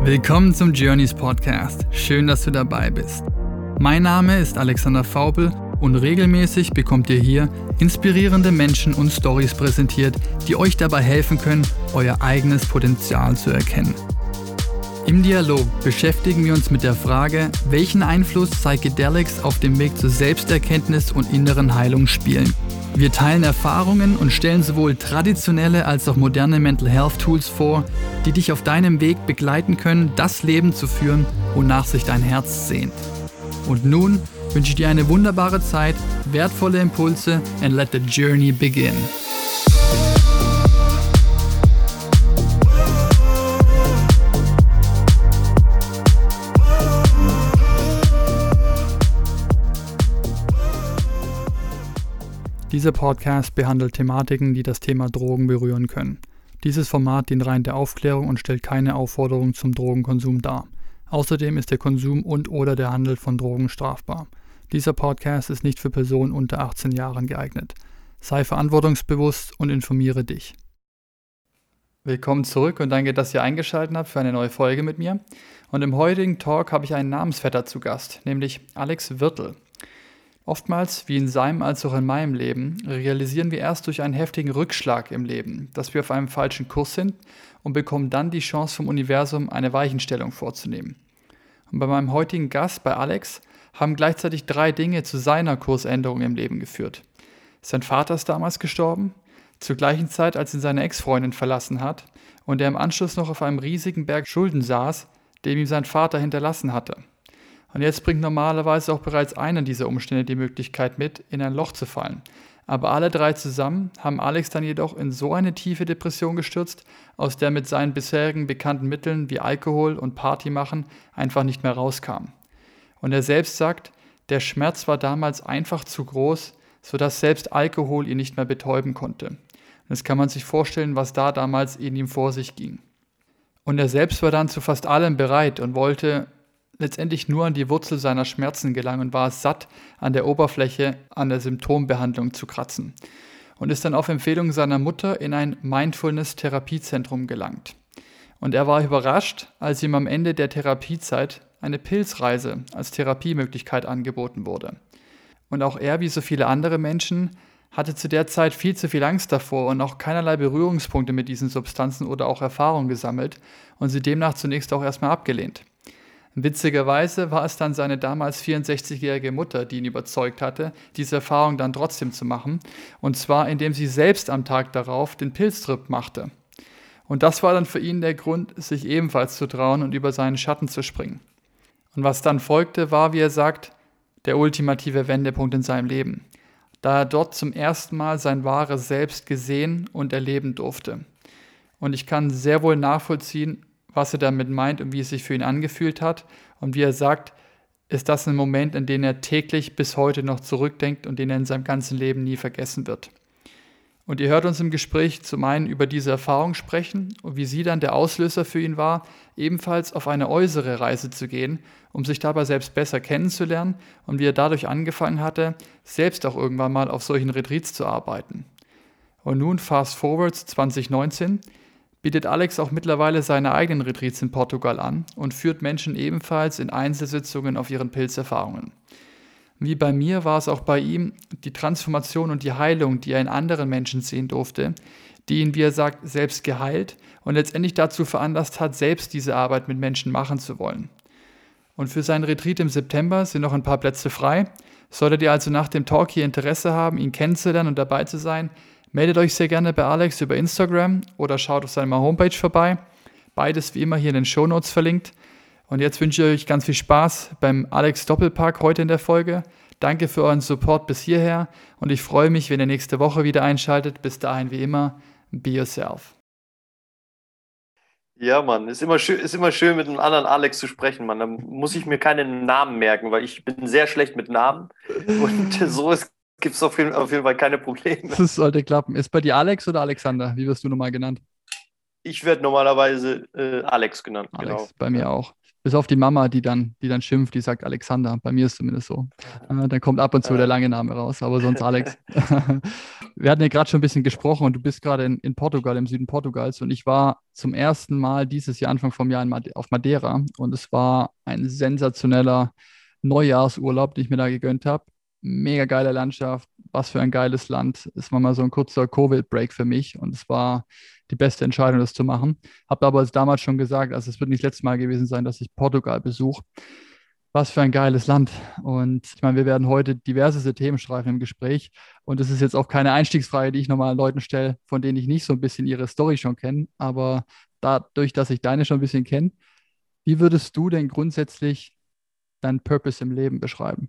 Willkommen zum Journeys Podcast. Schön, dass du dabei bist. Mein Name ist Alexander Vaupel und regelmäßig bekommt ihr hier inspirierende Menschen und Storys präsentiert, die euch dabei helfen können, euer eigenes Potenzial zu erkennen. Im Dialog beschäftigen wir uns mit der Frage, welchen Einfluss Psychedelics auf dem Weg zur Selbsterkenntnis und inneren Heilung spielen. Wir teilen Erfahrungen und stellen sowohl traditionelle als auch moderne Mental Health Tools vor, die dich auf deinem Weg begleiten können, das Leben zu führen, wonach sich dein Herz sehnt. Und nun wünsche ich dir eine wunderbare Zeit, wertvolle Impulse and let the journey begin. Dieser Podcast behandelt Thematiken, die das Thema Drogen berühren können. Dieses Format dient rein der Aufklärung und stellt keine Aufforderung zum Drogenkonsum dar. Außerdem ist der Konsum und/oder der Handel von Drogen strafbar. Dieser Podcast ist nicht für Personen unter 18 Jahren geeignet. Sei verantwortungsbewusst und informiere dich. Willkommen zurück und danke, dass ihr eingeschaltet habt für eine neue Folge mit mir. Und im heutigen Talk habe ich einen Namensvetter zu Gast, nämlich Alex Wirtel. Oftmals, wie in seinem als auch in meinem Leben, realisieren wir erst durch einen heftigen Rückschlag im Leben, dass wir auf einem falschen Kurs sind und bekommen dann die Chance vom Universum, eine Weichenstellung vorzunehmen. Und bei meinem heutigen Gast, bei Alex, haben gleichzeitig 3 Dinge zu seiner Kursänderung im Leben geführt. Sein Vater ist damals gestorben, zur gleichen Zeit, als ihn seine Ex-Freundin verlassen hat und er im Anschluss noch auf einem riesigen Berg Schulden saß, den ihm sein Vater hinterlassen hatte. Und jetzt bringt normalerweise auch bereits einer dieser Umstände die Möglichkeit mit, in ein Loch zu fallen. Aber alle 3 zusammen haben Alex dann jedoch in so eine tiefe Depression gestürzt, aus der mit seinen bisherigen bekannten Mitteln wie Alkohol und Party machen einfach nicht mehr rauskam. Und er selbst sagt, der Schmerz war damals einfach zu groß, sodass selbst Alkohol ihn nicht mehr betäuben konnte. Und jetzt kann man sich vorstellen, was da damals in ihm vor sich ging. Und er selbst war dann zu fast allem bereit und wollte letztendlich nur an die Wurzel seiner Schmerzen gelangen und war satt, an der Oberfläche, an der Symptombehandlung zu kratzen. Und ist dann auf Empfehlung seiner Mutter in ein Mindfulness-Therapiezentrum gelangt. Und er war überrascht, als ihm am Ende der Therapiezeit eine Pilzreise als Therapiemöglichkeit angeboten wurde. Und auch er, wie so viele andere Menschen, hatte zu der Zeit viel zu viel Angst davor und auch keinerlei Berührungspunkte mit diesen Substanzen oder auch Erfahrungen gesammelt und sie demnach zunächst auch erstmal abgelehnt. Witzigerweise war es dann seine damals 64-jährige Mutter, die ihn überzeugt hatte, diese Erfahrung dann trotzdem zu machen, und zwar indem sie selbst am Tag darauf den Pilztrip machte. Und das war dann für ihn der Grund, sich ebenfalls zu trauen und über seinen Schatten zu springen. Und was dann folgte, war, wie er sagt, der ultimative Wendepunkt in seinem Leben, da er dort zum ersten Mal sein wahres Selbst gesehen und erleben durfte. Und ich kann sehr wohl nachvollziehen, was er damit meint und wie es sich für ihn angefühlt hat. Und wie er sagt, ist das ein Moment, an den er täglich bis heute noch zurückdenkt und den er in seinem ganzen Leben nie vergessen wird. Und ihr hört uns im Gespräch zum einen über diese Erfahrung sprechen und wie sie dann der Auslöser für ihn war, ebenfalls auf eine äußere Reise zu gehen, um sich dabei selbst besser kennenzulernen und wie er dadurch angefangen hatte, selbst auch irgendwann mal auf solchen Retreats zu arbeiten. Und nun fast forward 2019, bietet Alex auch mittlerweile seine eigenen Retreats in Portugal an und führt Menschen ebenfalls in Einzelsitzungen auf ihren Pilzerfahrungen. Wie bei mir war es auch bei ihm die Transformation und die Heilung, die er in anderen Menschen sehen durfte, die ihn, wie er sagt, selbst geheilt und letztendlich dazu veranlasst hat, selbst diese Arbeit mit Menschen machen zu wollen. Und für seinen Retreat im September sind noch ein paar Plätze frei. Solltet ihr also nach dem Talk hier Interesse haben, ihn kennenzulernen und dabei zu sein, meldet euch sehr gerne bei Alex über Instagram oder schaut auf seiner Homepage vorbei. Beides wie immer hier in den Shownotes verlinkt. Und jetzt wünsche ich euch ganz viel Spaß beim Alex Doppelpack heute in der Folge. Danke für euren Support bis hierher und ich freue mich, wenn ihr nächste Woche wieder einschaltet. Bis dahin wie immer, be yourself. Ja, Mann, ist immer schön mit einem anderen Alex zu sprechen, Mann. Da muss ich mir keinen Namen merken, weil ich bin sehr schlecht mit Namen und so gibt es auf jeden Fall keine Probleme. Das sollte klappen. Ist bei dir Alex oder Alexander? Wie wirst du nochmal genannt? Ich werde normalerweise Alex genannt. Alex, genau. Bei mir auch. Bis auf die Mama, die dann schimpft, die sagt Alexander. Bei mir ist zumindest so. Dann kommt ab und zu der lange Name raus, aber sonst Alex. Wir hatten ja gerade schon ein bisschen gesprochen und du bist gerade in Portugal, im Süden Portugals. Und ich war zum ersten Mal dieses Jahr, Anfang vom Jahr auf Madeira. Und es war ein sensationeller Neujahrsurlaub, den ich mir da gegönnt habe. Mega geile Landschaft. Was für ein geiles Land. Es war mal so ein kurzer Covid-Break für mich. Und es war die beste Entscheidung, das zu machen. Habe aber damals schon gesagt, also es wird nicht das letzte Mal gewesen sein, dass ich Portugal besuche. Was für ein geiles Land. Und ich meine, wir werden heute diverseste Themen streifen im Gespräch. Und das ist jetzt auch keine Einstiegsfrage, die ich nochmal Leuten stelle, von denen ich nicht so ein bisschen ihre Story schon kenne. Aber dadurch, dass ich deine schon ein bisschen kenne, wie würdest du denn grundsätzlich deinen Purpose im Leben beschreiben?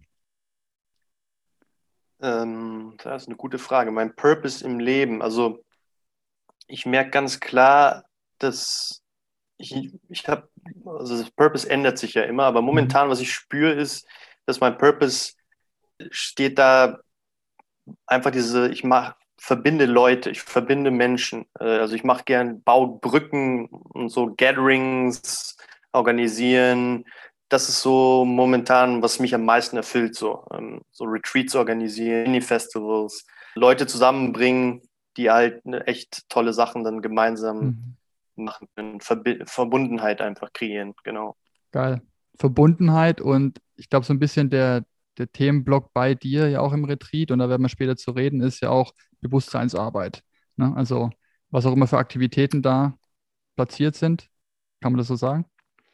Das ist eine gute Frage. Mein Purpose im Leben. Also ich merke ganz klar, dass ich habe, also das Purpose ändert sich ja immer, aber Mhm. momentan, was ich spüre, ist, dass mein Purpose steht da einfach verbinde Leute, ich verbinde Menschen. Also ich mache gern, baue Brücken und so Gatherings organisieren. Das ist so momentan, was mich am meisten erfüllt, so Retreats organisieren, Mini-Festivals, Leute zusammenbringen, die halt echt tolle Sachen dann gemeinsam Mhm. machen können, Verbundenheit einfach kreieren, genau. Geil. Verbundenheit und ich glaube, so ein bisschen der Themenblock bei dir ja auch im Retreat, und da werden wir später zu reden, ist ja auch Bewusstseinsarbeit. Ne? Also, was auch immer für Aktivitäten da platziert sind, kann man das so sagen?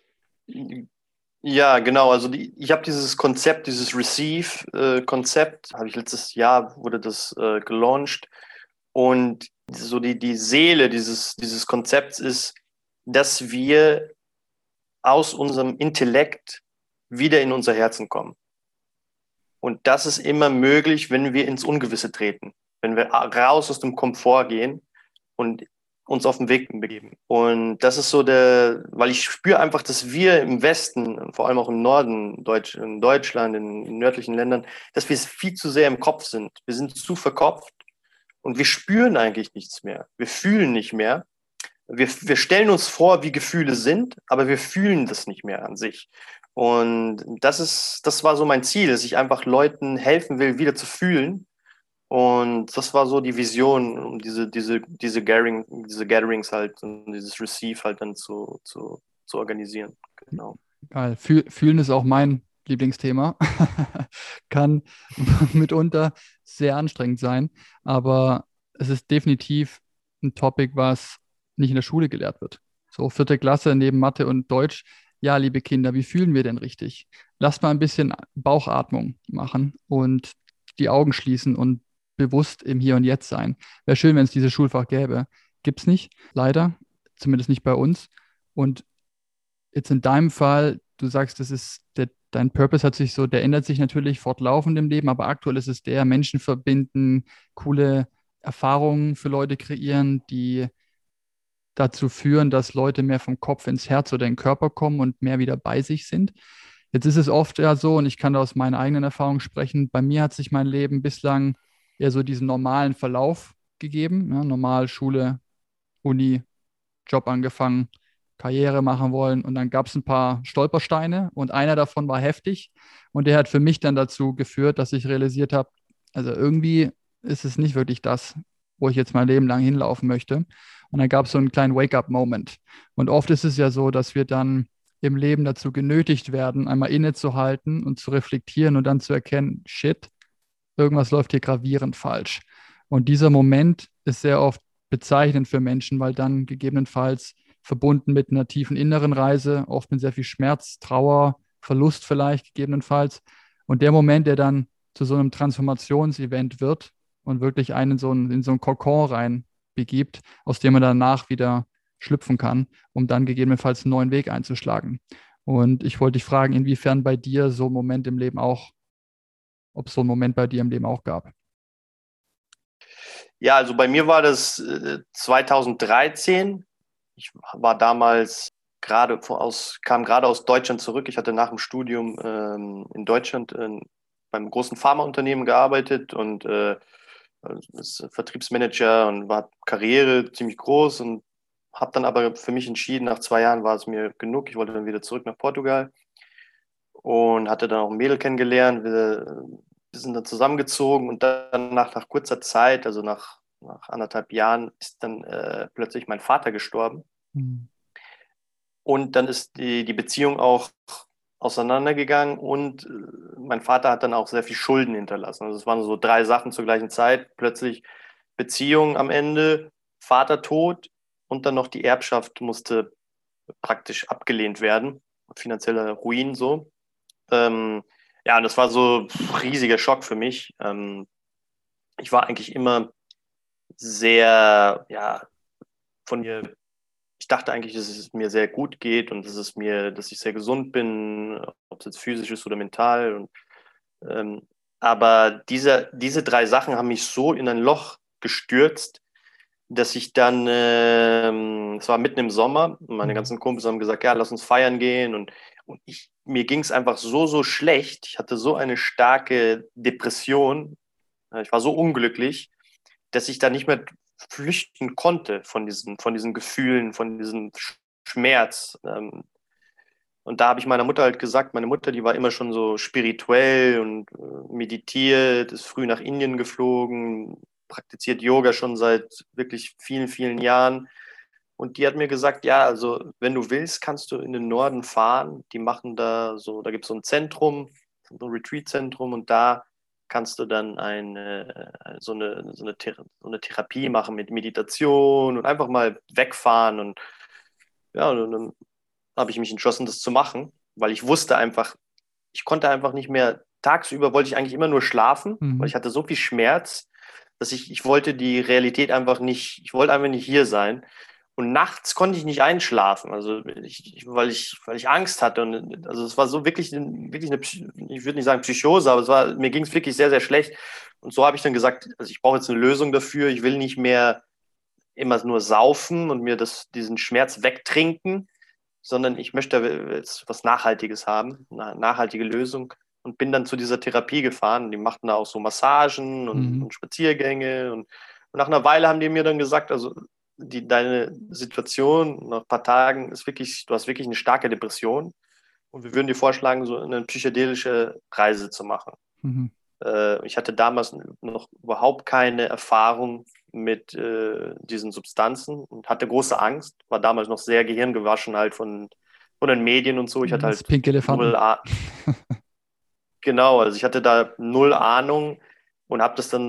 Ja, genau. Also ich habe dieses Konzept, dieses Receive-Konzept, habe ich letztes Jahr, wurde das gelauncht. Und so die Seele dieses Konzepts ist, dass wir aus unserem Intellekt wieder in unser Herzen kommen. Und das ist immer möglich, wenn wir ins Ungewisse treten, wenn wir raus aus dem Komfort gehen und uns auf den Weg begeben. Und das ist so weil ich spüre einfach, dass wir im Westen, vor allem auch im Norden, in Deutschland, in nördlichen Ländern, dass wir viel zu sehr im Kopf sind. Wir sind zu verkopft und wir spüren eigentlich nichts mehr. Wir fühlen nicht mehr. Wir stellen uns vor, wie Gefühle sind, aber wir fühlen das nicht mehr an sich. Und das war so mein Ziel, dass ich einfach Leuten helfen will, wieder zu fühlen. Und das war so die Vision, um diese Gatherings halt und dieses Receive halt dann zu organisieren. Genau. Geil. Fühlen ist auch mein Lieblingsthema. Kann mitunter sehr anstrengend sein, aber es ist definitiv ein Topic, was nicht in der Schule gelehrt wird. So, vierte Klasse neben Mathe und Deutsch. Ja, liebe Kinder, wie fühlen wir denn richtig? Lasst mal ein bisschen Bauchatmung machen und die Augen schließen und bewusst im Hier und Jetzt sein. Wäre schön, wenn es dieses Schulfach gäbe. Gibt es nicht, leider, zumindest nicht bei uns. Und jetzt in deinem Fall, du sagst, dein Purpose hat sich so, der ändert sich natürlich fortlaufend im Leben, aber aktuell ist es der, Menschen verbinden, coole Erfahrungen für Leute kreieren, die dazu führen, dass Leute mehr vom Kopf ins Herz oder in den Körper kommen und mehr wieder bei sich sind. Jetzt ist es oft ja so, und ich kann da aus meinen eigenen Erfahrungen sprechen, bei mir hat sich mein Leben bislang eher so diesen normalen Verlauf gegeben, ja, normal Schule, Uni, Job angefangen, Karriere machen wollen, und dann gab es ein paar Stolpersteine und einer davon war heftig, und der hat für mich dann dazu geführt, dass ich realisiert habe, also irgendwie ist es nicht wirklich das, wo ich jetzt mein Leben lang hinlaufen möchte. Und dann gab es so einen kleinen Wake-up-Moment. Und oft ist es ja so, dass wir dann im Leben dazu genötigt werden, einmal innezuhalten und zu reflektieren und dann zu erkennen, shit, irgendwas läuft hier gravierend falsch. Und dieser Moment ist sehr oft bezeichnend für Menschen, weil dann gegebenenfalls verbunden mit einer tiefen inneren Reise, oft mit sehr viel Schmerz, Trauer, Verlust vielleicht gegebenenfalls. Und der Moment, der dann zu so einem Transformationsevent wird und wirklich einen in so einen Kokon rein begibt, aus dem man danach wieder schlüpfen kann, um dann gegebenenfalls einen neuen Weg einzuschlagen. Und ich wollte dich fragen, inwiefern bei dir so ein Moment im Leben auch, ob es so einen Moment bei dir im Leben auch gab. Ja, also bei mir war das 2013. Ich war damals kam gerade aus Deutschland zurück. Ich hatte nach dem Studium in Deutschland beim großen Pharmaunternehmen gearbeitet und als Vertriebsmanager und war Karriere ziemlich groß und habe dann aber für mich entschieden, nach 2 Jahren war es mir genug. Ich wollte dann wieder zurück nach Portugal und hatte dann auch ein Mädel kennengelernt. sind dann zusammengezogen und dann nach kurzer Zeit, also nach 1,5 Jahren, ist dann plötzlich mein Vater gestorben. Mhm. Und dann ist die Beziehung auch auseinandergegangen und mein Vater hat dann auch sehr viel Schulden hinterlassen. Also es waren so 3 Sachen zur gleichen Zeit. Plötzlich Beziehung am Ende, Vater tot und dann noch die Erbschaft musste praktisch abgelehnt werden. Finanzieller Ruin so. Ja, und das war so ein riesiger Schock für mich. Ich war eigentlich immer sehr, ja, von mir, ich dachte eigentlich, dass es mir sehr gut geht und dass ich sehr gesund bin, ob es jetzt physisch ist oder mental. Ähm, aber diese 3 Sachen haben mich so in ein Loch gestürzt, dass ich dann, es war mitten im Sommer, und meine Mhm. ganzen Kumpels haben gesagt, ja, lass uns feiern gehen. Und mir ging es einfach so schlecht. Ich hatte so eine starke Depression. Ich war so unglücklich, dass ich da nicht mehr flüchten konnte von diesen Gefühlen, von diesem Schmerz. Und da habe ich meiner Mutter halt gesagt, meine Mutter, die war immer schon so spirituell und meditiert, ist früh nach Indien geflogen, praktiziert Yoga schon seit wirklich vielen, vielen Jahren. Und die hat mir gesagt, ja, also wenn du willst, kannst du in den Norden fahren. Die machen da so, da gibt es so ein Zentrum, so ein Retreat-Zentrum und da kannst du dann so eine Therapie machen mit Meditation und einfach mal wegfahren. Und ja, und dann habe ich mich entschlossen, das zu machen, weil ich wusste einfach, ich konnte einfach nicht mehr, tagsüber wollte ich eigentlich immer nur schlafen, weil Mhm. ich hatte so viel Schmerz, dass ich wollte die Realität einfach nicht, ich wollte einfach nicht hier sein. Und nachts konnte ich nicht einschlafen, also weil ich Angst hatte. Und also es war so wirklich eine, ich würde nicht sagen Psychose, aber mir ging es wirklich sehr, sehr schlecht. Und so habe ich dann gesagt, also ich brauche jetzt eine Lösung dafür. Ich will nicht mehr immer nur saufen und mir diesen Schmerz wegtrinken, sondern ich möchte jetzt was Nachhaltiges haben, eine nachhaltige Lösung. Und bin dann zu dieser Therapie gefahren. Die machten da auch so Massagen Mhm. und Spaziergänge. Und nach einer Weile haben die mir dann gesagt, also deine Situation nach ein paar Tagen ist wirklich, du hast wirklich eine starke Depression. Und wir würden dir vorschlagen, so eine psychedelische Reise zu machen. Mhm. Ich hatte damals noch überhaupt keine Erfahrung mit diesen Substanzen und hatte große Angst, war damals noch sehr gehirngewaschen halt von den Medien und so. Ich hatte Das halt Pink Elefanten. genau, also ich hatte da null Ahnung und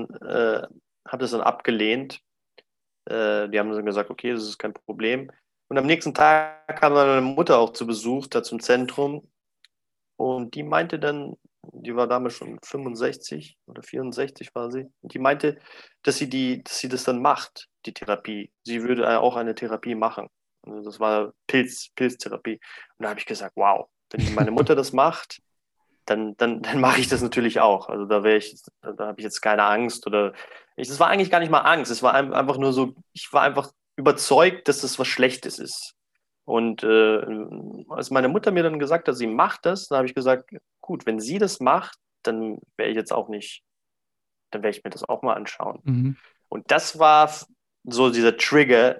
hab das dann abgelehnt. Die haben dann gesagt, okay, das ist kein Problem. Und am nächsten Tag kam dann meine Mutter auch zu Besuch da zum Zentrum und die meinte dann, die war damals schon 65 oder 64 war sie, und die meinte, dass sie das dann macht, die Therapie. Sie würde auch eine Therapie machen. Also das war Pilztherapie. Und da habe ich gesagt, wow, wenn meine Mutter das macht, dann mache ich das natürlich auch. Also da habe ich jetzt keine Angst das war eigentlich gar nicht mal Angst. Es war einfach nur so, ich war einfach überzeugt, dass das was Schlechtes ist. Und als meine Mutter mir dann gesagt hat, sie macht das, dann habe ich gesagt, gut, wenn sie das macht, dann wäre ich jetzt auch nicht, dann werde ich mir das auch mal anschauen. Mhm. Und das war so dieser Trigger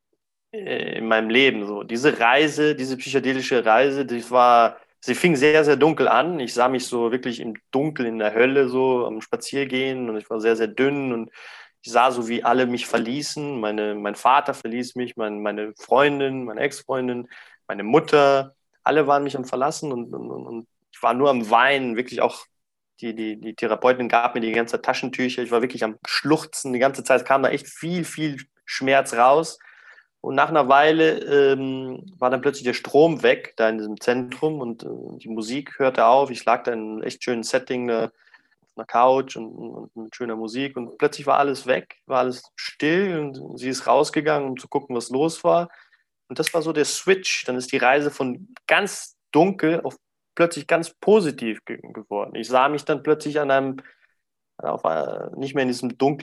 in meinem Leben. So diese Reise, diese psychedelische Reise, sie fing sehr, sehr dunkel an. Ich sah mich so wirklich im Dunkeln in der Hölle so am Spaziergehen und ich war sehr, sehr dünn und ich sah so, wie alle mich verließen. Mein Vater verließ mich, meine Freundin, meine Ex-Freundin, meine Mutter. Alle waren mich am Verlassen und ich war nur am Weinen, wirklich auch. Die Therapeutin gab mir die ganze Zeit Taschentücher. Ich war wirklich am Schluchzen die ganze Zeit. Es kam da echt viel, viel Schmerz raus. Und nach einer Weile war dann plötzlich der Strom weg, da in diesem Zentrum und die Musik hörte auf. Ich lag da in einem echt schönen Setting, auf einer Couch und mit schöner Musik und plötzlich war alles weg, war alles still und sie ist rausgegangen, um zu gucken, was los war. Und das war so der Switch. Dann ist die Reise von ganz dunkel auf plötzlich ganz positiv geworden. Ich sah mich dann plötzlich nicht mehr in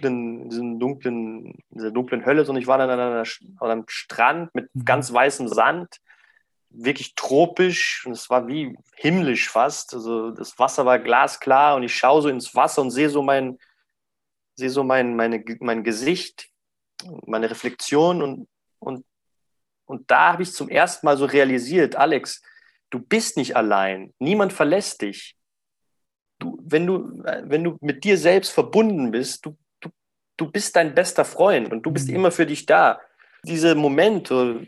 dieser dunklen Hölle, sondern ich war dann an einem Strand mit Mhm. ganz weißem Sand, wirklich tropisch und es war wie himmlisch fast. Also das Wasser war glasklar und ich schaue so ins Wasser und sehe so mein Gesicht, meine Reflexion und, und da habe ich zum ersten Mal so realisiert, Alex, du bist nicht allein, niemand verlässt dich. wenn du mit dir selbst verbunden bist, du bist dein bester Freund und du bist immer für dich da. Diese Momente,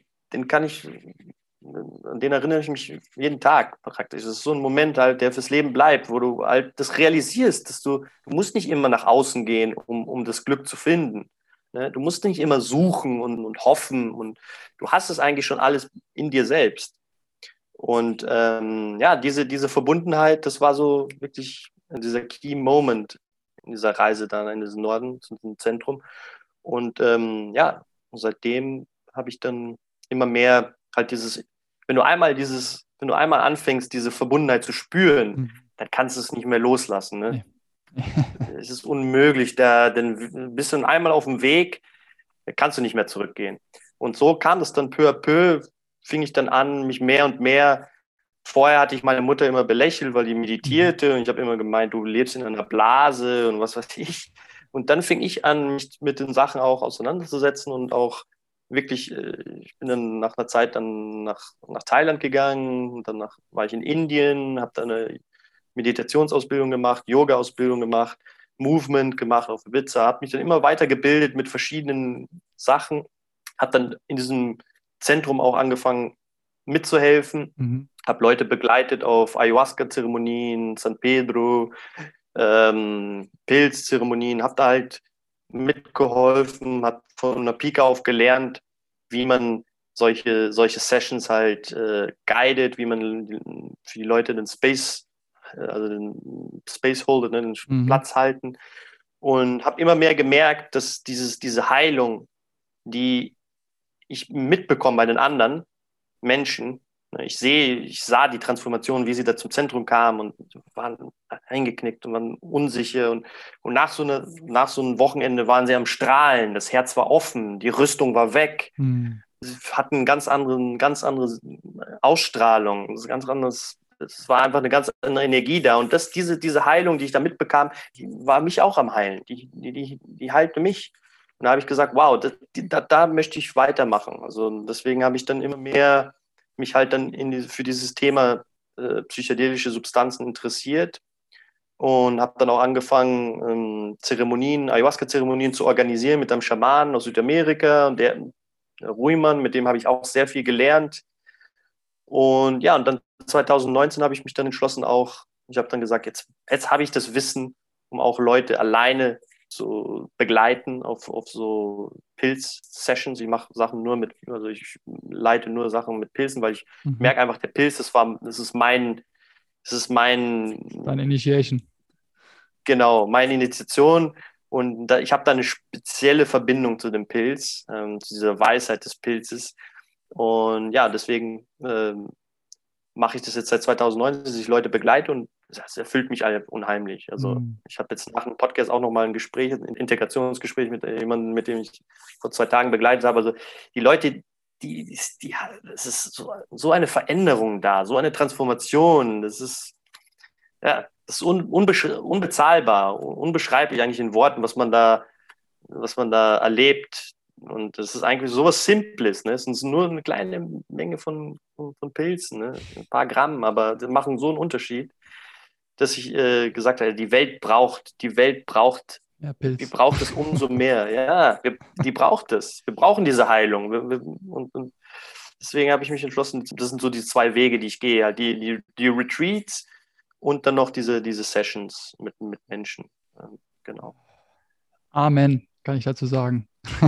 an den erinnere ich mich jeden Tag praktisch. Das ist so ein Moment halt, der fürs Leben bleibt, wo du halt das realisierst, dass du musst nicht immer nach außen gehen, um das Glück zu finden. Ne? Du musst nicht immer suchen und hoffen und du hast es eigentlich schon alles in dir selbst. Und ja, diese Verbundenheit, das war so wirklich dieser Key Moment in dieser Reise dann in den Norden, zum Zentrum. Und ja, seitdem habe ich dann immer mehr halt wenn du einmal anfängst, diese Verbundenheit zu spüren, dann kannst du es nicht mehr loslassen. Ne? Nee. Es ist unmöglich, denn bist du einmal auf dem Weg, da kannst du nicht mehr zurückgehen. Und so kam es dann peu à peu, fing ich dann an, mich mehr und mehr. Vorher hatte ich meine Mutter immer belächelt, weil die meditierte und ich habe immer gemeint, du lebst in einer Blase und was weiß ich. Und dann fing ich an, mich mit den Sachen auch auseinanderzusetzen und auch wirklich, ich bin dann nach einer Zeit dann nach Thailand gegangen und danach war ich in Indien, habe da eine Meditationsausbildung gemacht, Yoga-Ausbildung gemacht, Movement gemacht auf Ibiza, habe mich dann immer weitergebildet mit verschiedenen Sachen, habe dann in diesem Zentrum auch angefangen mitzuhelfen, habe Leute begleitet auf Ayahuasca-Zeremonien, San Pedro, Pilzzeremonien, habe da halt mitgeholfen, habe von der Pike auf gelernt, wie man solche Sessions halt guidet, wie man für die Leute den Space Holder, ne, den Platz halten. Und habe immer mehr gemerkt, dass diese Heilung, die ich mitbekomme bei den anderen Menschen, ich sah die Transformation, wie sie da zum Zentrum kamen und waren eingeknickt und waren unsicher. Und nach so einem Wochenende waren sie am Strahlen, das Herz war offen, die Rüstung war weg. Sie hatten eine ganz andere Ausstrahlung, es war einfach eine ganz andere Energie da. Und diese Heilung, die ich da mitbekam, die war mich auch am Heilen. Die heilte mich. Und da habe ich gesagt, wow, da möchte ich weitermachen. Also deswegen habe ich dann immer mehr mich halt dann für dieses Thema psychedelische Substanzen interessiert und habe dann auch angefangen, Ayahuasca-Zeremonien zu organisieren mit einem Schamanen aus Südamerika und der Ruiman, mit dem habe ich auch sehr viel gelernt. Und ja, und dann 2019 habe ich mich dann entschlossen ich habe dann gesagt, jetzt habe ich das Wissen, um auch Leute alleine zu begleiten auf so Pilz-Sessions. Ich mache Sachen ich leite nur Sachen mit Pilzen, weil ich merke einfach, der Pilz, das ist meine Initiation. Genau, meine Initiation. Und ich habe da eine spezielle Verbindung zu dem Pilz, zu dieser Weisheit des Pilzes. Und ja, deswegen mache ich das jetzt seit 2019, dass ich Leute begleite und das erfüllt mich unheimlich. Also ich habe jetzt nach dem Podcast auch nochmal ein Integrationsgespräch mit jemandem, mit dem ich vor 2 Tagen begleitet habe. Also die Leute, es ist so eine Veränderung da, so eine Transformation. Das ist unbezahlbar, unbeschreiblich eigentlich in Worten, was man da erlebt. Und das ist eigentlich sowas Simples, ne? Es sind nur eine kleine Menge von Pilzen, ne? Ein paar Gramm, aber die machen so einen Unterschied, dass ich gesagt habe, die Welt braucht Pilz. Die braucht es umso mehr. Ja, die braucht es. Wir brauchen diese Heilung. Und deswegen habe ich mich entschlossen, das sind so die 2 Wege, die ich gehe. Halt die Retreats und dann noch diese Sessions mit Menschen. Genau. Amen, kann ich dazu sagen.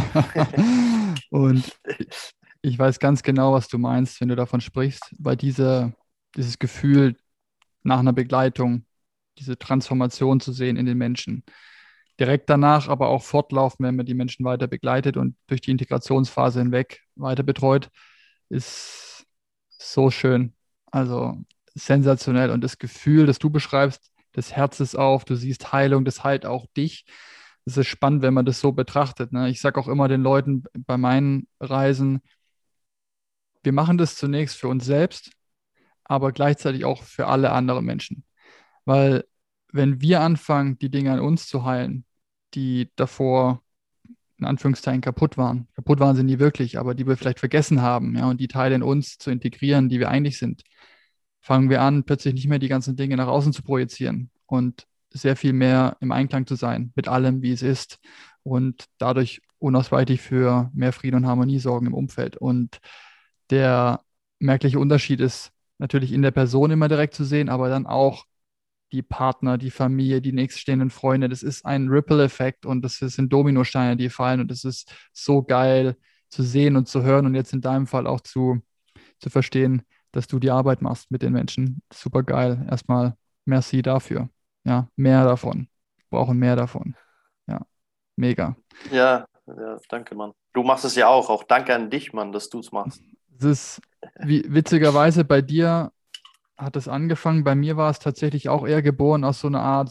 Und ich weiß ganz genau, was du meinst, wenn du davon sprichst, weil dieses Gefühl nach einer Begleitung, diese Transformation zu sehen in den Menschen. Direkt danach aber auch fortlaufend, wenn man die Menschen weiter begleitet und durch die Integrationsphase hinweg weiter betreut, ist so schön. Also sensationell. Und das Gefühl, das du beschreibst, des Herzens auf, du siehst Heilung, das heilt auch dich. Das ist spannend, wenn man das so betrachtet. Ne? Ich sage auch immer den Leuten bei meinen Reisen, wir machen das zunächst für uns selbst, aber gleichzeitig auch für alle anderen Menschen. Weil wenn wir anfangen, die Dinge an uns zu heilen, die davor in Anführungszeichen kaputt waren sie nie wirklich, aber die wir vielleicht vergessen haben, ja, und die Teile in uns zu integrieren, die wir eigentlich sind, fangen wir an, plötzlich nicht mehr die ganzen Dinge nach außen zu projizieren. und sehr viel mehr im Einklang zu sein mit allem, wie es ist und dadurch unausweichlich für mehr Frieden und Harmonie sorgen im Umfeld. Und der merkliche Unterschied ist natürlich in der Person immer direkt zu sehen, aber dann auch die Partner, die Familie, die nächststehenden Freunde. Das ist ein Ripple-Effekt und sind Dominosteine, die fallen und es ist so geil zu sehen und zu hören und jetzt in deinem Fall auch zu verstehen, dass du die Arbeit machst mit den Menschen. Super geil. Erstmal merci dafür. Ja, mehr davon. Wir brauchen mehr davon. Ja, mega. Ja, ja, danke, Mann. Du machst es ja auch danke an dich, Mann, dass du es machst. Es ist wie witzigerweise bei dir hat es angefangen. Bei mir war es tatsächlich auch eher geboren aus so einer Art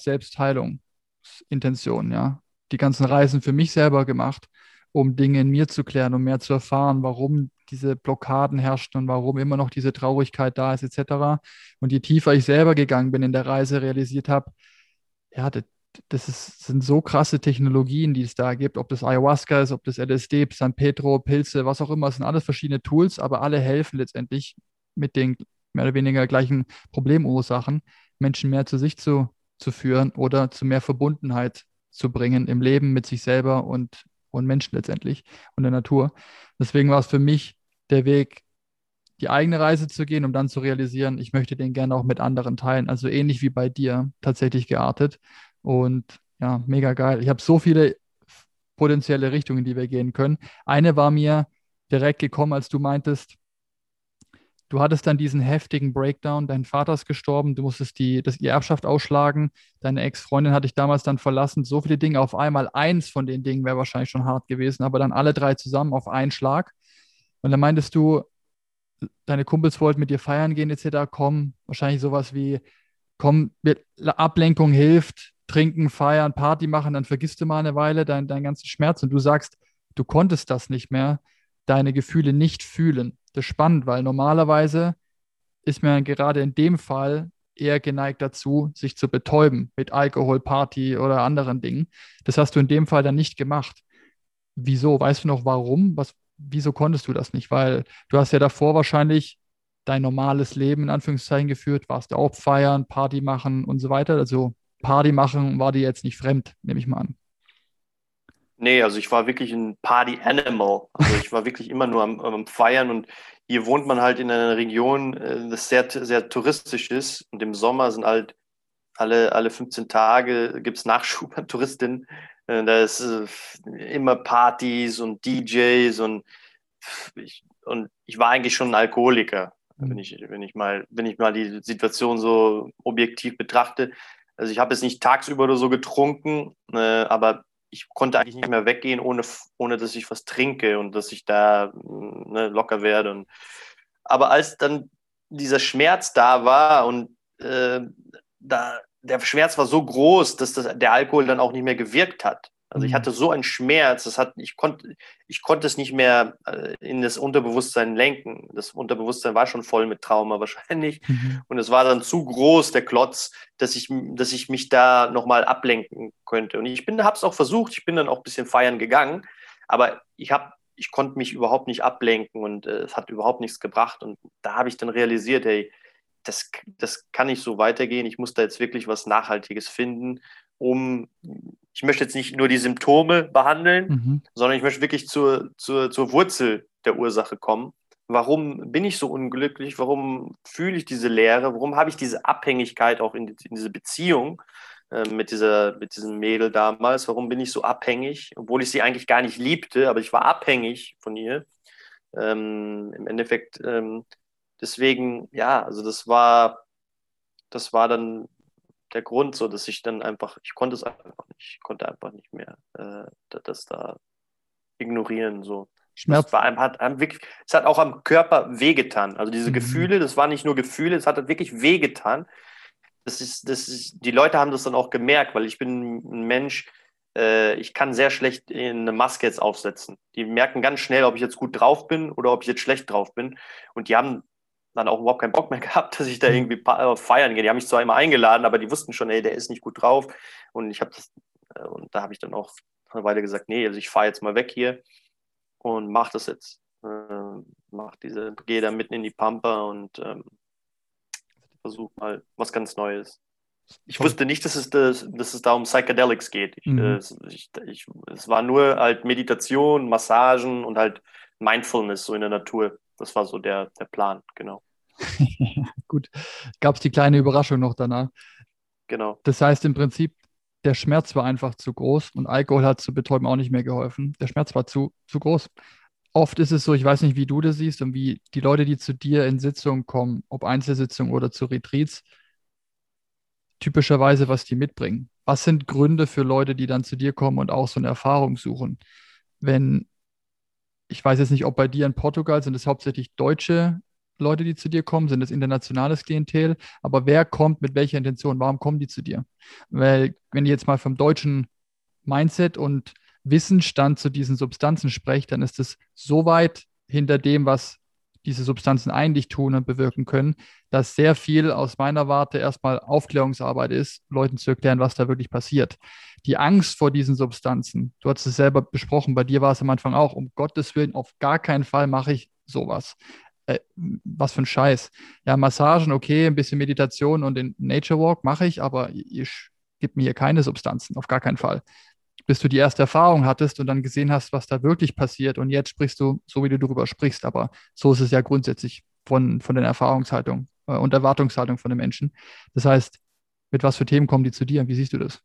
Selbstheilungsintention, ja. Die ganzen Reisen für mich selber gemacht, um Dinge in mir zu klären, um mehr zu erfahren, warum diese Blockaden herrschen und warum immer noch diese Traurigkeit da ist, etc. Und je tiefer ich selber gegangen bin in der Reise, realisiert habe, ja, sind so krasse Technologien, die es da gibt, ob das Ayahuasca ist, ob das LSD, San Pedro, Pilze, was auch immer, es sind alles verschiedene Tools, aber alle helfen letztendlich mit den mehr oder weniger gleichen Problemursachen, Menschen mehr zu sich zu führen oder zu mehr Verbundenheit zu bringen im Leben mit sich selber und Menschen letztendlich und der Natur. Deswegen war es für mich der Weg, die eigene Reise zu gehen, um dann zu realisieren, ich möchte den gerne auch mit anderen teilen. Also ähnlich wie bei dir tatsächlich geartet. Und ja, mega geil. Ich habe so viele potenzielle Richtungen, die wir gehen können. Eine war mir direkt gekommen, als du meintest, du hattest dann diesen heftigen Breakdown, dein Vater ist gestorben, du musstest die Erbschaft ausschlagen, deine Ex-Freundin hat dich damals dann verlassen, so viele Dinge auf einmal. Eins von den Dingen wäre wahrscheinlich schon hart gewesen, aber dann alle drei zusammen auf einen Schlag. Und dann meintest du, deine Kumpels wollten mit dir feiern gehen, etc. Komm, wahrscheinlich sowas wie, komm, Ablenkung hilft, trinken, feiern, Party machen, dann vergisst du mal eine Weile deinen ganzen Schmerz und du sagst, du konntest das nicht mehr, deine Gefühle nicht fühlen. Das ist spannend, weil normalerweise ist man gerade in dem Fall eher geneigt dazu, sich zu betäuben mit Alkohol, Party oder anderen Dingen. Das hast du in dem Fall dann nicht gemacht. Wieso? Weißt du noch warum? Wieso konntest du das nicht? Weil du hast ja davor wahrscheinlich dein normales Leben in Anführungszeichen geführt, warst auch feiern, Party machen und so weiter. Also Party machen war dir jetzt nicht fremd, nehme ich mal an. Nee, also ich war wirklich ein Party-Animal. Also ich war wirklich immer nur am Feiern und hier wohnt man halt in einer Region, das sehr touristisch ist und im Sommer sind halt alle 15 Tage gibt es Nachschub an Touristinnen. Da ist immer Partys und DJs und ich war eigentlich schon ein Alkoholiker, Mhm. wenn ich mal die Situation so objektiv betrachte. Also ich habe jetzt nicht tagsüber oder so getrunken, aber ich konnte eigentlich nicht mehr weggehen, ohne dass ich was trinke und dass ich da locker werde. Aber als dann dieser Schmerz da war und der Schmerz war so groß, dass der Alkohol dann auch nicht mehr gewirkt hat. Also ich Mhm. hatte so einen Schmerz, ich konnte es nicht mehr in das Unterbewusstsein lenken. Das Unterbewusstsein war schon voll mit Trauma wahrscheinlich. Mhm. Und es war dann zu groß, der Klotz, dass ich mich da nochmal ablenken könnte. Und habe es auch versucht, ich bin dann auch ein bisschen feiern gegangen, aber ich konnte mich überhaupt nicht ablenken und es hat überhaupt nichts gebracht. Und da habe ich dann realisiert, hey, das kann nicht so weitergehen. Ich muss da jetzt wirklich was Nachhaltiges finden, ich möchte jetzt nicht nur die Symptome behandeln, Mhm. sondern ich möchte wirklich zur Wurzel der Ursache kommen. Warum bin ich so unglücklich? Warum fühle ich diese Leere? Warum habe ich diese Abhängigkeit auch in diese Beziehung mit diesem Mädel damals? Warum bin ich so abhängig, obwohl ich sie eigentlich gar nicht liebte, aber ich war abhängig von ihr. Im Endeffekt, deswegen, ja, also das war dann der Grund, so dass ich dann einfach, ich konnte es einfach nicht, ich konnte einfach nicht mehr das da ignorieren. So. Schmerz. Es hat auch am Körper wehgetan. Also diese Mhm. Gefühle, das waren nicht nur Gefühle, es hat halt wirklich wehgetan. Die Leute haben das dann auch gemerkt, weil ich bin ein Mensch, ich kann sehr schlecht eine Maske jetzt aufsetzen. Die merken ganz schnell, ob ich jetzt gut drauf bin oder ob ich jetzt schlecht drauf bin. Und die haben dann auch überhaupt keinen Bock mehr gehabt, dass ich da Mhm. irgendwie feiern gehe. Die haben mich zwar immer eingeladen, aber die wussten schon, ey, der ist nicht gut drauf. Und und da habe ich dann auch eine Weile gesagt, nee, also ich fahre jetzt mal weg hier und mach das jetzt. Gehe da mitten in die Pampa und versuche mal was ganz Neues. Ich wusste nicht, dass es da um Psychedelics geht. Es war nur halt Meditation, Massagen und halt Mindfulness so in der Natur. Das war so der Plan, genau. Gut, gab es die kleine Überraschung noch danach. Genau. Das heißt im Prinzip, der Schmerz war einfach zu groß und Alkohol hat zu betäuben auch nicht mehr geholfen. Der Schmerz war zu groß. Oft ist es so, ich weiß nicht, wie du das siehst und wie die Leute, die zu dir in Sitzungen kommen, ob Einzelsitzungen oder zu Retreats, typischerweise, was die mitbringen. Was sind Gründe für Leute, die dann zu dir kommen und auch so eine Erfahrung suchen? Wenn, ich weiß jetzt nicht, ob bei dir in Portugal sind es hauptsächlich deutsche Leute, die zu dir kommen, sind es internationales Klientel, aber wer kommt mit welcher Intention? Warum kommen die zu dir? Weil, wenn ihr jetzt mal vom deutschen Mindset und Wissensstand zu diesen Substanzen sprecht, dann ist es so weit hinter dem, was diese Substanzen eigentlich tun und bewirken können, dass sehr viel aus meiner Warte erstmal Aufklärungsarbeit ist, Leuten zu erklären, was da wirklich passiert. Die Angst vor diesen Substanzen, du hast es selber besprochen, bei dir war es am Anfang auch, um Gottes Willen, auf gar keinen Fall mache ich sowas. Was für ein Scheiß. Ja, Massagen, okay, ein bisschen Meditation und den Nature Walk mache ich, aber ihr gebt mir hier keine Substanzen, auf gar keinen Fall. Bis du die erste Erfahrung hattest und dann gesehen hast, was da wirklich passiert. Und jetzt sprichst du so, wie du darüber sprichst. Aber so ist es ja grundsätzlich von den Erfahrungshaltungen und Erwartungshaltung von den Menschen. Das heißt, mit was für Themen kommen die zu dir? Wie siehst du das?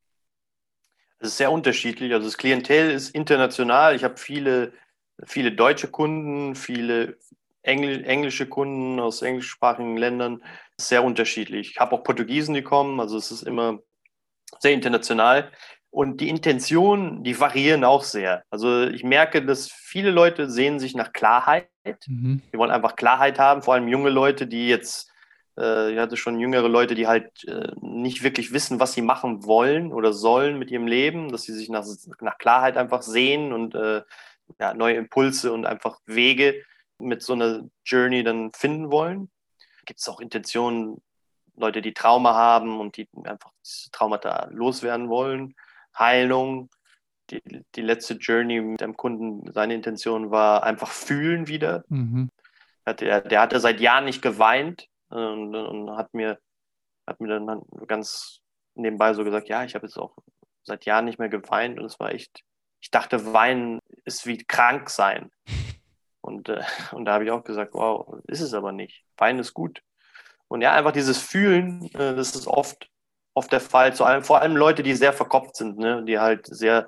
Es ist sehr unterschiedlich. Also das Klientel ist international. Ich habe viele deutsche Kunden, viele englische Kunden aus englischsprachigen Ländern. Das ist sehr unterschiedlich. Ich habe auch Portugiesen, die kommen. Also es ist immer sehr international. Und die Intentionen, die variieren auch sehr. Also ich merke, dass viele Leute sehen sich nach Klarheit. Mhm. Die wollen einfach Klarheit haben, vor allem junge Leute, die jetzt, ich hatte schon jüngere Leute, die halt nicht wirklich wissen, was sie machen wollen oder sollen mit ihrem Leben, dass sie sich nach Klarheit einfach sehen und ja, neue Impulse und einfach Wege mit so einer Journey dann finden wollen. Gibt es auch Intentionen, Leute, die Trauma haben und die einfach diese Traumata loswerden wollen. Heilung. Die letzte Journey mit dem Kunden, seine Intention war einfach fühlen wieder. Mhm. Der hatte seit Jahren nicht geweint und hat mir dann ganz nebenbei so gesagt, ja, ich habe jetzt auch seit Jahren nicht mehr geweint und es war echt, ich dachte, weinen ist wie krank sein. Und da habe ich auch gesagt, wow, ist es aber nicht. Weinen ist gut. Und ja, einfach dieses Fühlen, das ist oft der Fall, vor allem Leute, die sehr verkopft sind, ne? Die halt sehr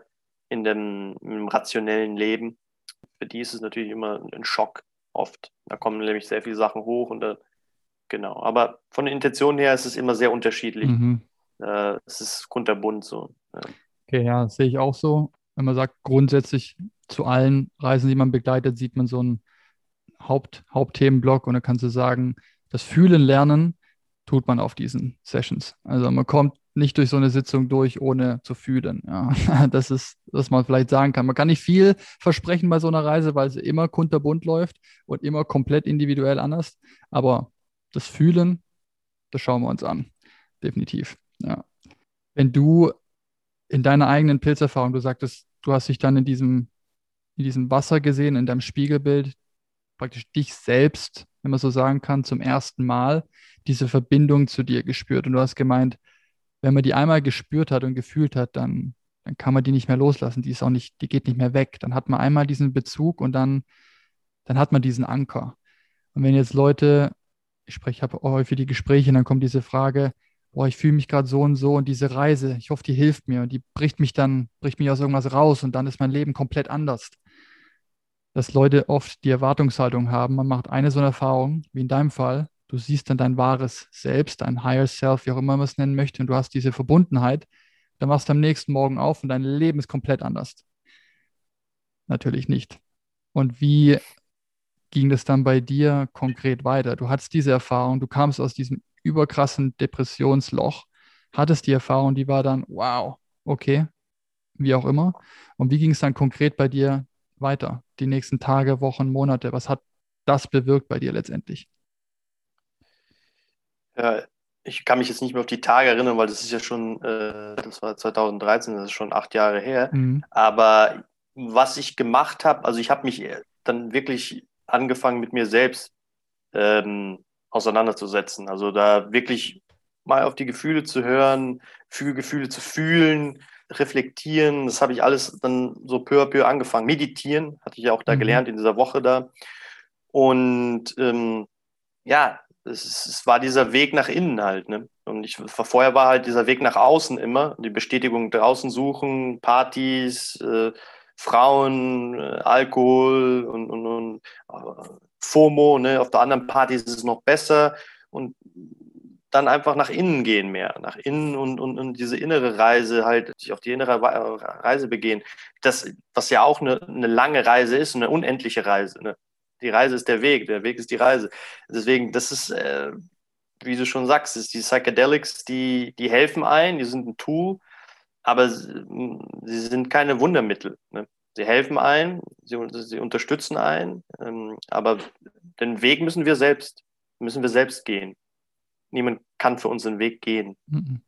im rationellen Leben. Für die ist es natürlich immer ein Schock oft. Da kommen nämlich sehr viele Sachen hoch genau. Aber von der Intention her ist es immer sehr unterschiedlich. Mhm. Es ist kunterbunt so. Ja. Okay, ja, das sehe ich auch so. Wenn man sagt, grundsätzlich zu allen Reisen, die man begleitet, sieht man so einen Hauptthemenblock und da kannst du sagen, das Fühlen lernen tut man auf diesen Sessions. Also man kommt nicht durch so eine Sitzung durch, ohne zu fühlen. Ja, das ist, was man vielleicht sagen kann. Man kann nicht viel versprechen bei so einer Reise, weil sie immer kunterbunt läuft und immer komplett individuell anders. Aber das Fühlen, das schauen wir uns an. Definitiv. Ja. Wenn du in deiner eigenen Pilzerfahrung, du sagtest, du hast dich dann in diesem Wasser gesehen, in deinem Spiegelbild, praktisch dich selbst, wenn man so sagen kann, zum ersten Mal diese Verbindung zu dir gespürt. Und du hast gemeint, wenn man die einmal gespürt hat und gefühlt hat, dann kann man die nicht mehr loslassen. Die ist auch nicht, die geht nicht mehr weg. Dann hat man einmal diesen Bezug und dann hat man diesen Anker. Und wenn jetzt Leute, ich habe häufig die Gespräche, und dann kommt diese Frage, boah, ich fühle mich gerade so und so und diese Reise, ich hoffe, die hilft mir und die bricht mich aus irgendwas raus und dann ist mein Leben komplett anders. Dass Leute oft die Erwartungshaltung haben, man macht eine so eine Erfahrung, wie in deinem Fall, du siehst dann dein wahres Selbst, dein Higher Self, wie auch immer man es nennen möchte, und du hast diese Verbundenheit, dann machst du am nächsten Morgen auf und dein Leben ist komplett anders. Natürlich nicht. Und wie ging das dann bei dir konkret weiter? Du hattest diese Erfahrung, du kamst aus diesem überkrassen Depressionsloch, hattest die Erfahrung, die war dann, wow, okay, wie auch immer. Und wie ging es dann konkret bei dir weiter? Die nächsten Tage, Wochen, Monate? Was hat das bewirkt bei dir letztendlich? Ja, ich kann mich jetzt nicht mehr auf die Tage erinnern, weil das ist ja schon, das war 2013, das ist schon 8 Jahre her. Mhm. Aber was ich gemacht habe, also ich habe mich dann wirklich angefangen mit mir selbst auseinanderzusetzen. Also da wirklich mal auf die Gefühle zu hören, Gefühle zu fühlen, reflektieren. Das habe ich alles dann so peu à peu angefangen. Meditieren hatte ich ja auch da gelernt in dieser Woche da. Und ja, es war dieser Weg nach innen halt. Ne? Und vorher war halt dieser Weg nach außen immer, die Bestätigung draußen suchen, Partys, Frauen, Alkohol und FOMO, ne? Auf der anderen Party ist es noch besser und dann einfach nach innen gehen mehr, nach innen und diese innere Reise halt, sich auf die innere Reise begehen. Das, was ja auch eine lange Reise ist, eine unendliche Reise. Ne? Die Reise ist der Weg ist die Reise. Deswegen, das ist, wie du schon sagst, ist die Psychedelics, die helfen ein, die sind ein Tool, aber sie sind keine Wundermittel. Ne? Sie helfen ein, sie unterstützen ein, aber den Weg müssen wir selbst gehen. Niemand kann für uns den Weg gehen. Mhm.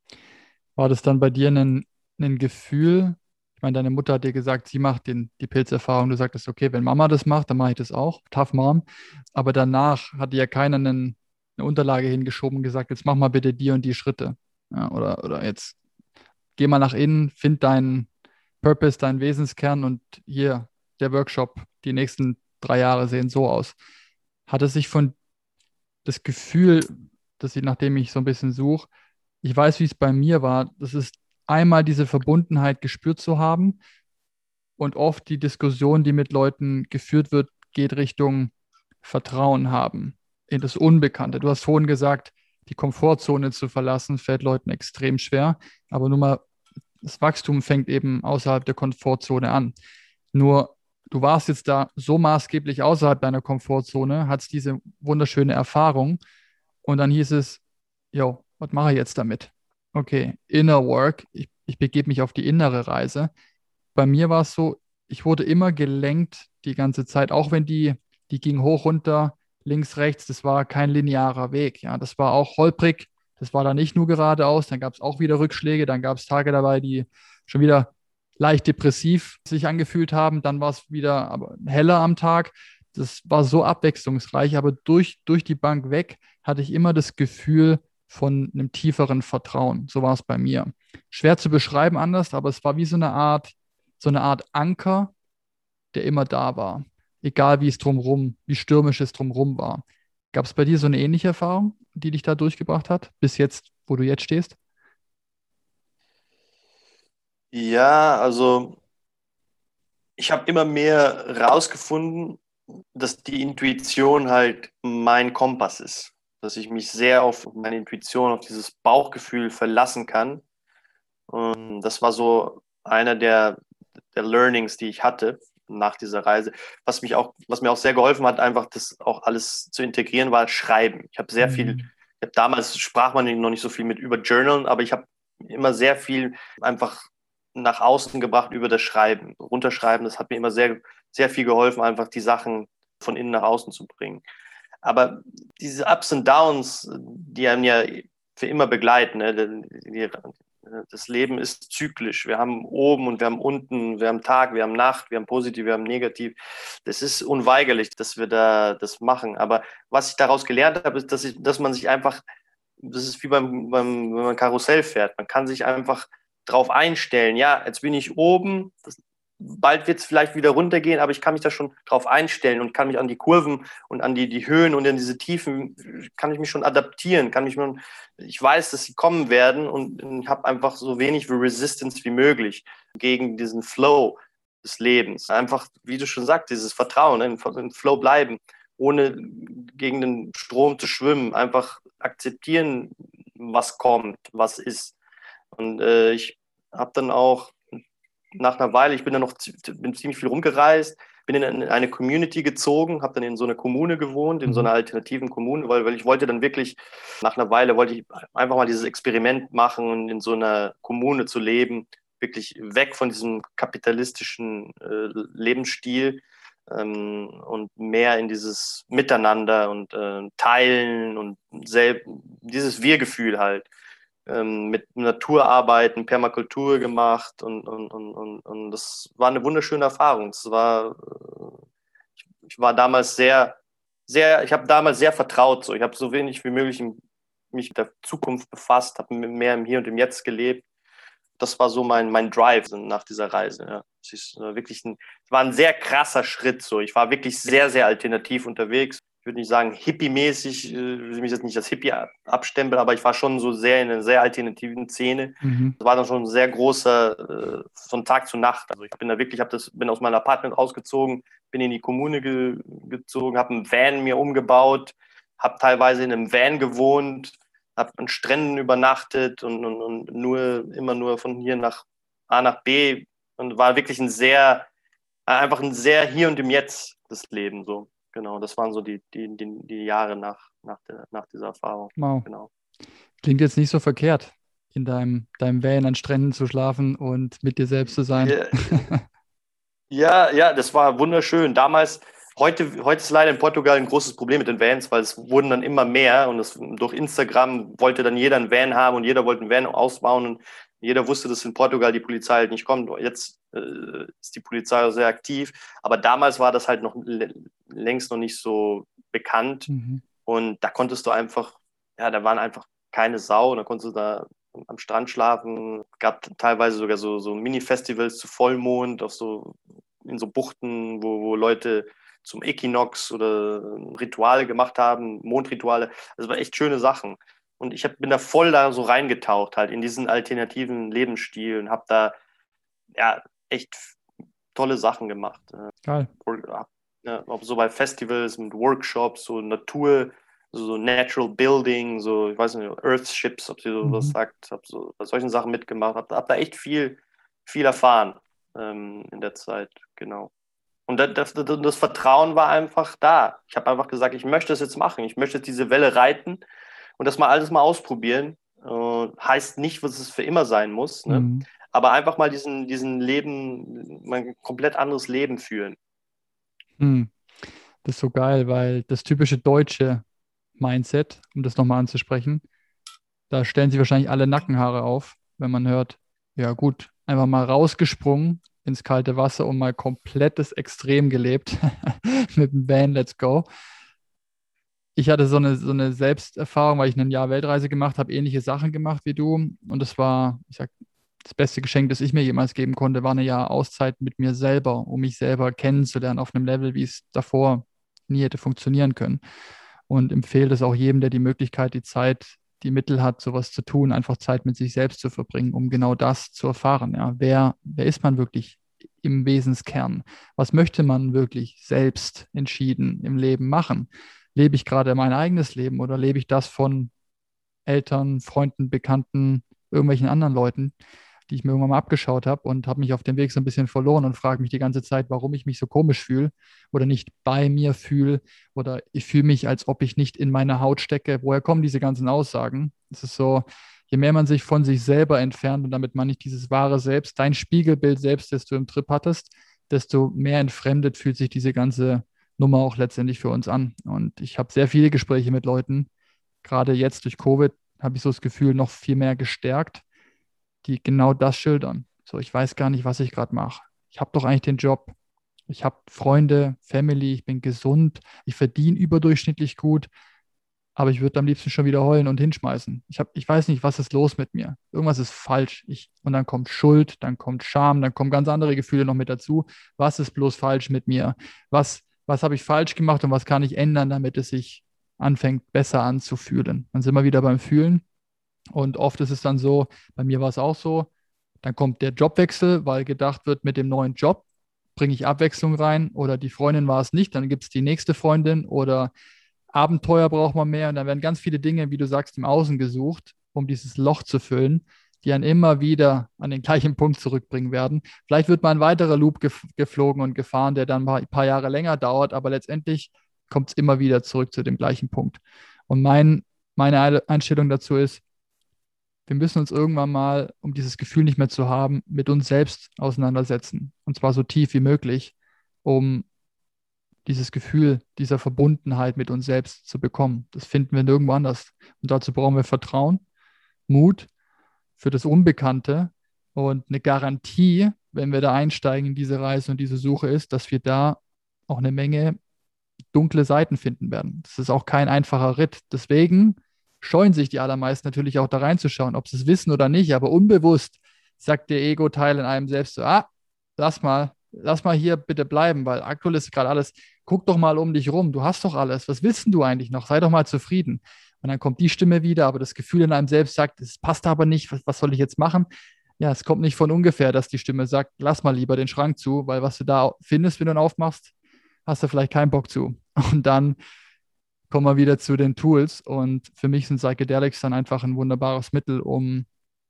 War das dann bei dir ein Gefühl? Ich meine, deine Mutter hat dir gesagt, sie macht die Pilzerfahrung. Du sagtest, okay, wenn Mama das macht, dann mache ich das auch. Tough Mom. Aber danach hat dir ja keiner eine Unterlage hingeschoben und gesagt, jetzt mach mal bitte die und die Schritte. Ja, oder jetzt geh mal nach innen, find deinen Purpose, deinen Wesenskern und hier, der Workshop, die nächsten 3 Jahre sehen so aus. Hat es sich von das Gefühl, nachdem ich so ein bisschen suche, ich weiß, wie es bei mir war, das ist einmal diese Verbundenheit gespürt zu haben und oft die Diskussion, die mit Leuten geführt wird, geht Richtung Vertrauen haben in das Unbekannte. Du hast vorhin gesagt, die Komfortzone zu verlassen, fällt Leuten extrem schwer, aber nur mal, das Wachstum fängt eben außerhalb der Komfortzone an. Nur du warst jetzt da so maßgeblich außerhalb deiner Komfortzone, hattest diese wunderschöne Erfahrung und dann hieß es, yo, was mache ich jetzt damit? Okay, Inner Work, ich begebe mich auf die innere Reise. Bei mir war es so, ich wurde immer gelenkt die ganze Zeit, auch wenn die ging hoch, runter, links, rechts, das war kein linearer Weg. Ja, das war auch holprig, das war da nicht nur geradeaus, dann gab es auch wieder Rückschläge, dann gab es Tage dabei, die schon wieder leicht depressiv sich angefühlt haben, dann war es wieder aber heller am Tag. Das war so abwechslungsreich, aber durch die Bank weg hatte ich immer das Gefühl von einem tieferen Vertrauen. So war es bei mir. Schwer zu beschreiben anders, aber es war wie so eine Art Anker, der immer da war. Egal wie es drumherum, wie stürmisch es drumherum war. Gab es bei dir so eine ähnliche Erfahrung, die dich da durchgebracht hat, bis jetzt, wo du jetzt stehst? Ja, also ich habe immer mehr rausgefunden, dass die Intuition halt mein Kompass ist. Dass ich mich sehr auf meine Intuition, auf dieses Bauchgefühl verlassen kann. Und das war so einer der Learnings, die ich hatte nach dieser Reise. Was mir auch sehr geholfen hat, einfach das auch alles zu integrieren, war Schreiben. Mhm. Damals sprach man noch nicht so viel mit über Journalen, aber ich habe immer sehr viel einfach nach außen gebracht über das Schreiben. Runterschreiben, das hat mir immer sehr viel geholfen, einfach die Sachen von innen nach außen zu bringen. Aber diese Ups und Downs, die einem ja für immer begleiten, ne? Das Leben ist zyklisch. Wir haben oben und wir haben unten, wir haben Tag, wir haben Nacht, wir haben positiv, wir haben negativ. Das ist unweigerlich, dass wir da das machen. Aber was ich daraus gelernt habe, ist, dass man sich einfach, das ist wie wenn man Karussell fährt. Man kann sich einfach drauf einstellen. Ja, jetzt bin ich oben, bald wird es vielleicht wieder runtergehen, aber ich kann mich da schon drauf einstellen und kann mich an die Kurven und an die Höhen und an diese Tiefen, kann ich mich schon adaptieren, ich weiß, dass sie kommen werden und habe einfach so wenig Resistance wie möglich gegen diesen Flow des Lebens. Einfach, wie du schon sagst, dieses Vertrauen, im Flow bleiben, ohne gegen den Strom zu schwimmen, einfach akzeptieren, was kommt, was ist. Und ich habe dann auch nach einer Weile, bin ziemlich viel rumgereist, bin in eine Community gezogen, habe dann in so einer Kommune gewohnt, in so Mhm. einer alternativen Kommune, weil ich wollte dann wirklich, nach einer Weile wollte ich einfach mal dieses Experiment machen und in so einer Kommune zu leben, wirklich weg von diesem kapitalistischen Lebensstil und mehr in dieses Miteinander und Teilen und dieses Wir-Gefühl halt mit Naturarbeiten, Permakultur gemacht und das war eine wunderschöne Erfahrung. Ich war damals ich habe damals sehr vertraut so. Ich habe so wenig wie möglich mich mit der Zukunft befasst, habe mehr im Hier und im Jetzt gelebt. Das war so mein Drive nach dieser Reise. Ja. Es ist wirklich es war ein sehr krasser Schritt. So. Ich war wirklich sehr, sehr alternativ unterwegs. Ich würde nicht sagen hippie-mäßig, will mich jetzt nicht als Hippie abstempeln, aber ich war schon so sehr in einer sehr alternativen Szene. Das war dann schon ein sehr großer, von Tag zu Nacht. Also ich bin da wirklich, bin aus meinem Apartment rausgezogen, bin in die Kommune gezogen, habe einen Van mir umgebaut, habe teilweise in einem Van gewohnt, habe an Stränden übernachtet und immer nur von hier nach A nach B und war wirklich einfach ein sehr hier und im Jetzt das Leben so. Genau, das waren so die Jahre nach dieser Erfahrung. Wow. Genau. Klingt jetzt nicht so verkehrt, in deinem Van an Stränden zu schlafen und mit dir selbst zu sein. Ja, das war wunderschön. Damals, heute ist leider in Portugal ein großes Problem mit den Vans, weil es wurden dann immer mehr und durch Instagram wollte dann jeder einen Van haben und jeder wollte einen Van ausbauen und jeder wusste, dass in Portugal die Polizei halt nicht kommt. Jetzt ist die Polizei auch sehr aktiv, aber damals war das halt noch längst noch nicht so bekannt und da konntest du einfach, ja, da waren einfach keine Sau und da konntest du da am Strand schlafen. Es gab teilweise sogar so Mini-Festivals zu Vollmond in so Buchten, wo Leute zum Äquinox oder Rituale gemacht haben, Mondrituale. Das waren echt schöne Sachen. Und bin da voll da so reingetaucht halt in diesen alternativen Lebensstil und habe da ja echt tolle Sachen gemacht. Geil. Ja, auch so bei Festivals mit Workshops, so Natur, so Natural Building, so, ich weiß nicht, Earthships, ob sie sowas sagt, habe so bei solchen Sachen mitgemacht, hab da echt viel erfahren in der Zeit, genau. Und das Vertrauen war einfach da. Ich habe einfach gesagt, ich möchte das jetzt machen, ich möchte jetzt diese Welle reiten und das mal alles mal ausprobieren. Heißt nicht, was es für immer sein muss, ne? Aber einfach mal diesen Leben, mal ein komplett anderes Leben führen. Das ist so geil, weil das typische deutsche Mindset, um das nochmal anzusprechen, da stellen sich wahrscheinlich alle Nackenhaare auf, wenn man hört, ja gut, einfach mal rausgesprungen ins kalte Wasser und mal komplettes Extrem gelebt mit dem Van, let's go. Ich hatte so eine Selbsterfahrung, weil ich ein Jahr Weltreise gemacht habe, ähnliche Sachen gemacht wie du. Und das war, ich sag, das beste Geschenk, das ich mir jemals geben konnte, war eine Jahr Auszeit mit mir selber, um mich selber kennenzulernen auf einem Level, wie es davor nie hätte funktionieren können. Und empfehle es auch jedem, der die Möglichkeit, die Zeit, die Mittel hat, sowas zu tun, einfach Zeit mit sich selbst zu verbringen, um genau das zu erfahren. Ja, wer ist man wirklich im Wesenskern? Was möchte man wirklich selbst entschieden im Leben machen? Lebe ich gerade mein eigenes Leben oder lebe ich das von Eltern, Freunden, Bekannten, irgendwelchen anderen Leuten, die ich mir irgendwann mal abgeschaut habe und habe mich auf dem Weg so ein bisschen verloren und frage mich die ganze Zeit, warum ich mich so komisch fühle oder nicht bei mir fühle oder ich fühle mich, als ob ich nicht in meiner Haut stecke. Woher kommen diese ganzen Aussagen? Es ist so, je mehr man sich von sich selber entfernt und damit meine ich dieses wahre Selbst, dein Spiegelbild selbst, das du im Trip hattest, desto mehr entfremdet fühlt sich diese ganze Nummer auch letztendlich für uns an. Und ich habe sehr viele Gespräche mit Leuten, gerade jetzt durch Covid habe ich so das Gefühl, noch viel mehr gestärkt, die genau das schildern. So, ich weiß gar nicht, was ich gerade mache. Ich habe doch eigentlich den Job. Ich habe Freunde, Family, ich bin gesund, ich verdiene überdurchschnittlich gut, aber ich würde am liebsten schon wieder heulen und hinschmeißen. Ich weiß nicht, was ist los mit mir. Irgendwas ist falsch. Und dann kommt Schuld, dann kommt Scham, dann kommen ganz andere Gefühle noch mit dazu. Was ist bloß falsch mit mir? Was habe ich falsch gemacht und was kann ich ändern, damit es sich anfängt, besser anzufühlen? Dann sind wir wieder beim Fühlen. Und oft ist es dann so, bei mir war es auch so, dann kommt der Jobwechsel, weil gedacht wird, mit dem neuen Job bringe ich Abwechslung rein oder die Freundin war es nicht, dann gibt es die nächste Freundin oder Abenteuer braucht man mehr und dann werden ganz viele Dinge, wie du sagst, im Außen gesucht, um dieses Loch zu füllen, die einen immer wieder an den gleichen Punkt zurückbringen werden. Vielleicht wird mal ein weiterer Loop geflogen und gefahren, der dann ein paar Jahre länger dauert, aber letztendlich kommt es immer wieder zurück zu dem gleichen Punkt. Und meine Einstellung dazu ist, wir müssen uns irgendwann mal, um dieses Gefühl nicht mehr zu haben, mit uns selbst auseinandersetzen. Und zwar so tief wie möglich, um dieses Gefühl dieser Verbundenheit mit uns selbst zu bekommen. Das finden wir nirgendwo anders. Und dazu brauchen wir Vertrauen, Mut für das Unbekannte und eine Garantie, wenn wir da einsteigen in diese Reise und diese Suche ist, dass wir da auch eine Menge dunkle Seiten finden werden. Das ist auch kein einfacher Ritt. Deswegen scheuen sich die allermeisten natürlich auch da reinzuschauen, ob sie es wissen oder nicht, aber unbewusst sagt der Ego-Teil in einem selbst so, lass mal hier bitte bleiben, weil aktuell ist gerade alles, guck doch mal um dich rum, du hast doch alles, was willst denn du eigentlich noch? Sei doch mal zufrieden. Und dann kommt die Stimme wieder, aber das Gefühl in einem selbst sagt, es passt aber nicht, was soll ich jetzt machen? Ja, es kommt nicht von ungefähr, dass die Stimme sagt, lass mal lieber den Schrank zu, weil was du da findest, wenn du ihn aufmachst, hast du vielleicht keinen Bock zu. Und dann kommen wir wieder zu den Tools. Und für mich sind Psychedelics dann einfach ein wunderbares Mittel, um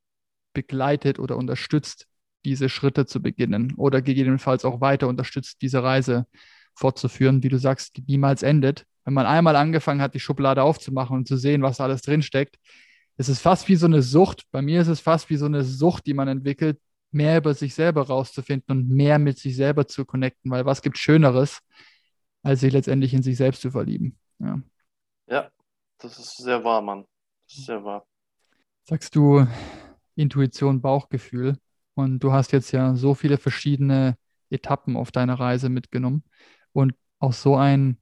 begleitet oder unterstützt, diese Schritte zu beginnen oder gegebenenfalls auch weiter unterstützt, diese Reise fortzuführen, wie du sagst, die niemals endet. Wenn man einmal angefangen hat, die Schublade aufzumachen und zu sehen, was alles drinsteckt, es ist fast wie so eine Sucht. Bei mir ist es fast wie so eine Sucht, die man entwickelt, mehr über sich selber rauszufinden und mehr mit sich selber zu connecten, weil was gibt Schöneres, als sich letztendlich in sich selbst zu verlieben. Ja. Ja, das ist sehr wahr, Mann. Das ist sehr wahr. Sagst du Intuition, Bauchgefühl und du hast jetzt ja so viele verschiedene Etappen auf deiner Reise mitgenommen und auch so ein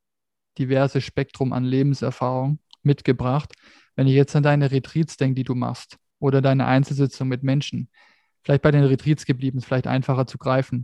diverses Spektrum an Lebenserfahrung mitgebracht. Wenn ich jetzt an deine Retreats denke, die du machst oder deine Einzelsitzung mit Menschen, vielleicht bei den Retreats geblieben, ist vielleicht einfacher zu greifen.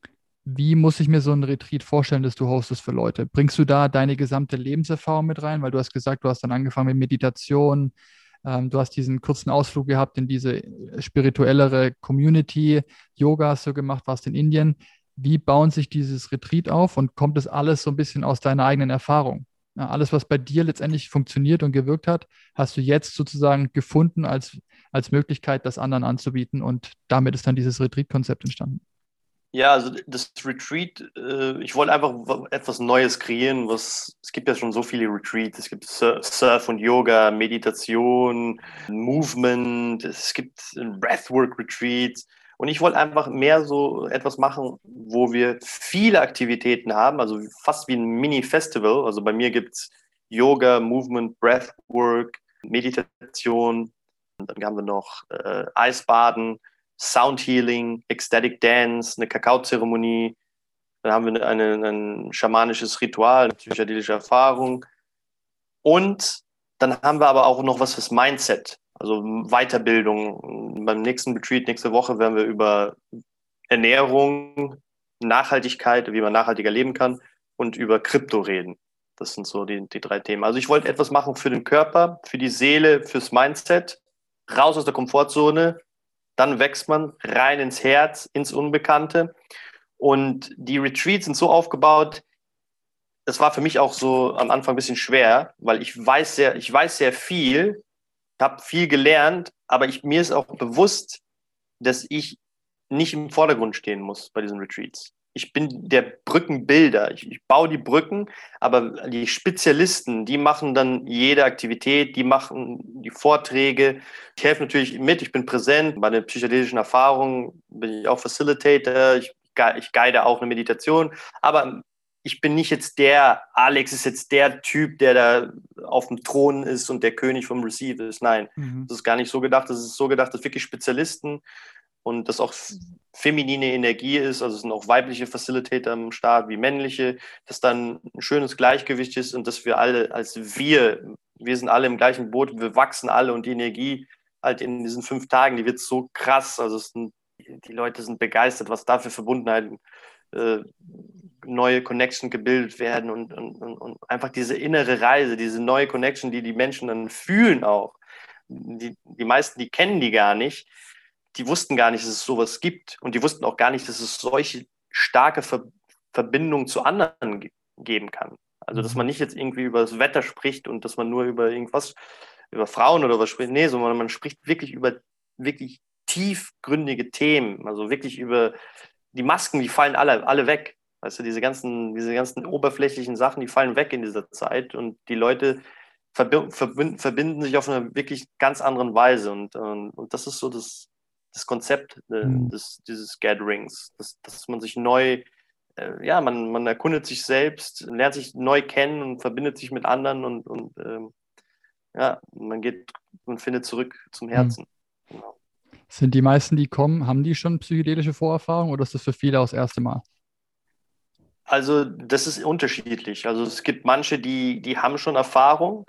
Wie muss ich mir so ein Retreat vorstellen, das du hostest für Leute? Bringst du da deine gesamte Lebenserfahrung mit rein? Weil du hast gesagt, du hast dann angefangen mit Meditation, du hast diesen kurzen Ausflug gehabt in diese spirituellere Community, Yoga hast du gemacht, warst in Indien. Wie bauen sich dieses Retreat auf und kommt das alles so ein bisschen aus deiner eigenen Erfahrung? Ja, alles, was bei dir letztendlich funktioniert und gewirkt hat, hast du jetzt sozusagen gefunden als Möglichkeit, das anderen anzubieten und damit ist dann dieses Retreat-Konzept entstanden. Ja, also das Retreat, ich wollte einfach etwas Neues kreieren, es gibt ja schon so viele Retreats, es gibt Surf und Yoga, Meditation, Movement, es gibt Breathwork-Retreats und ich wollte einfach mehr so etwas machen, wo wir viele Aktivitäten haben, also fast wie ein Mini-Festival, also bei mir gibt es Yoga, Movement, Breathwork, Meditation, und dann haben wir noch Eisbaden, Sound Healing, Ecstatic Dance, eine Kakaozeremonie. Dann haben wir ein schamanisches Ritual, eine psychedelische Erfahrung. Und dann haben wir aber auch noch was fürs Mindset, also Weiterbildung. Beim nächsten Retreat, nächste Woche, werden wir über Ernährung, Nachhaltigkeit, wie man nachhaltiger leben kann und über Krypto reden. Das sind so die drei Themen. Also ich wollte etwas machen für den Körper, für die Seele, fürs Mindset, raus aus der Komfortzone. Dann wächst man rein ins Herz, ins Unbekannte. Und die Retreats sind so aufgebaut, das war für mich auch so am Anfang ein bisschen schwer, weil ich weiß sehr viel, habe viel gelernt, aber mir ist auch bewusst, dass ich nicht im Vordergrund stehen muss bei diesen Retreats. Ich bin der Brückenbilder. Ich baue die Brücken, aber die Spezialisten, die machen dann jede Aktivität, die machen die Vorträge. Ich helfe natürlich mit, ich bin präsent. Bei den psychedelischen Erfahrungen bin ich auch Facilitator. Ich guide auch eine Meditation. Aber ich bin nicht jetzt Alex ist jetzt der Typ, der da auf dem Thron ist und der König vom Receive ist. Nein, das ist gar nicht so gedacht. Das ist so gedacht, dass wirklich Spezialisten und das auch feminine Energie ist, also es sind auch weibliche Facilitator am Start wie männliche, dass dann ein schönes Gleichgewicht ist und dass wir alle wir sind alle im gleichen Boot, wir wachsen alle und die Energie halt in diesen 5 Tagen, die wird so krass, also die Leute sind begeistert, was da für Verbundenheiten, neue Connection gebildet werden und einfach diese innere Reise, diese neue Connection, die Menschen dann fühlen auch. Die meisten, die kennen die gar nicht, die wussten gar nicht, dass es sowas gibt und die wussten auch gar nicht, dass es solche starke Verbindungen zu anderen geben kann. Also, dass man nicht jetzt irgendwie über das Wetter spricht und dass man nur über irgendwas, über Frauen oder was spricht, nee, sondern man spricht wirklich über wirklich tiefgründige Themen, also wirklich über die Masken, die fallen alle weg. Weißt du, diese ganzen oberflächlichen Sachen, die fallen weg in dieser Zeit und die Leute verbinden sich auf eine wirklich ganz anderen Weise und das ist so das Konzept dieses Gatherings, dass man sich neu, man erkundet sich selbst, lernt sich neu kennen und verbindet sich mit anderen man findet zurück zum Mhm. Herzen. Genau. Sind die meisten, die kommen, haben die schon psychedelische Vorerfahrung oder ist das für viele auch das erste Mal? Also das ist unterschiedlich. Also es gibt manche, die haben schon Erfahrung.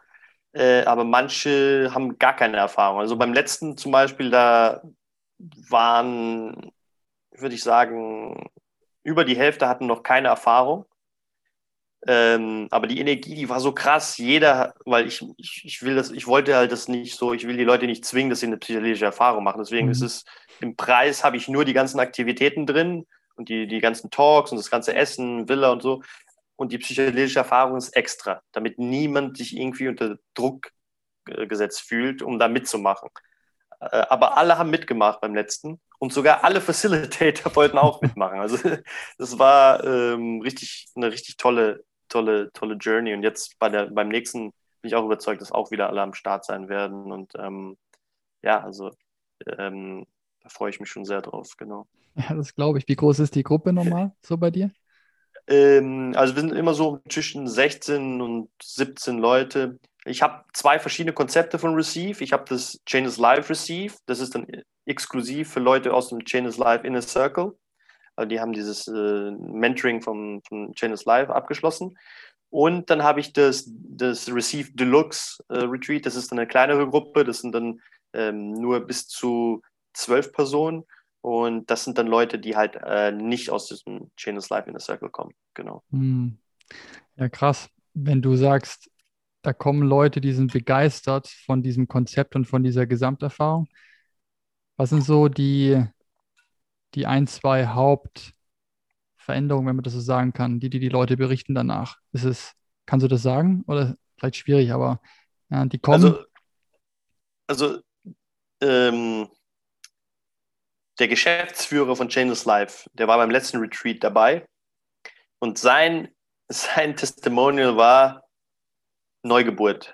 aber manche haben gar keine Erfahrung. Also beim letzten zum Beispiel, da waren, würde ich sagen, über die Hälfte hatten noch keine Erfahrung. Aber die Energie, die war so krass. Jeder, weil ich will das, ich wollte halt das nicht so, ich will die Leute nicht zwingen, dass sie eine psychedelische Erfahrung machen. Deswegen ist es im Preis, habe ich nur die ganzen Aktivitäten drin und die ganzen Talks und das ganze Essen, Villa und so. Und die psychedelische Erfahrung ist extra, damit niemand sich irgendwie unter Druck gesetzt fühlt, um da mitzumachen. Aber alle haben mitgemacht beim letzten und sogar alle Facilitator wollten auch mitmachen. Also das war eine richtig tolle Journey. Und jetzt beim nächsten bin ich auch überzeugt, dass auch wieder alle am Start sein werden. Und ja, also da freue ich mich schon sehr drauf, genau. Ja, das glaube ich. Wie groß ist die Gruppe normal so bei dir? Also wir sind immer so zwischen 16 und 17 Leute. Ich habe zwei verschiedene Konzepte von Receive. Ich habe das Chain is Live Receive. Das ist dann exklusiv für Leute aus dem Chain is Live Inner Circle. Also die haben dieses Mentoring von Chain is Live abgeschlossen. Und dann habe ich das Receive Deluxe Retreat. Das ist dann eine kleinere Gruppe. Das sind dann nur bis zu 12 Personen. Und das sind dann Leute, die halt nicht aus diesem Chain is Life Inner Circle kommen. Genau. Hm. Ja, krass. Wenn du sagst, da kommen Leute, die sind begeistert von diesem Konzept und von dieser Gesamterfahrung. Was sind so die ein, zwei Hauptveränderungen, wenn man das so sagen kann, die Leute berichten danach? Kannst du das sagen? Oder vielleicht schwierig, aber ja, die kommen. Also ähm, der Geschäftsführer von Chain is Life, der war beim letzten Retreat dabei und sein Testimonial war Neugeburt.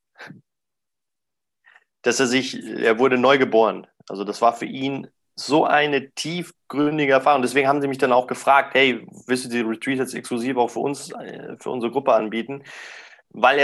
Er wurde neu geboren. Also das war für ihn so eine tiefgründige Erfahrung. Deswegen haben sie mich dann auch gefragt, hey, willst du die Retreat jetzt exklusiv auch für uns, für unsere Gruppe anbieten? Weil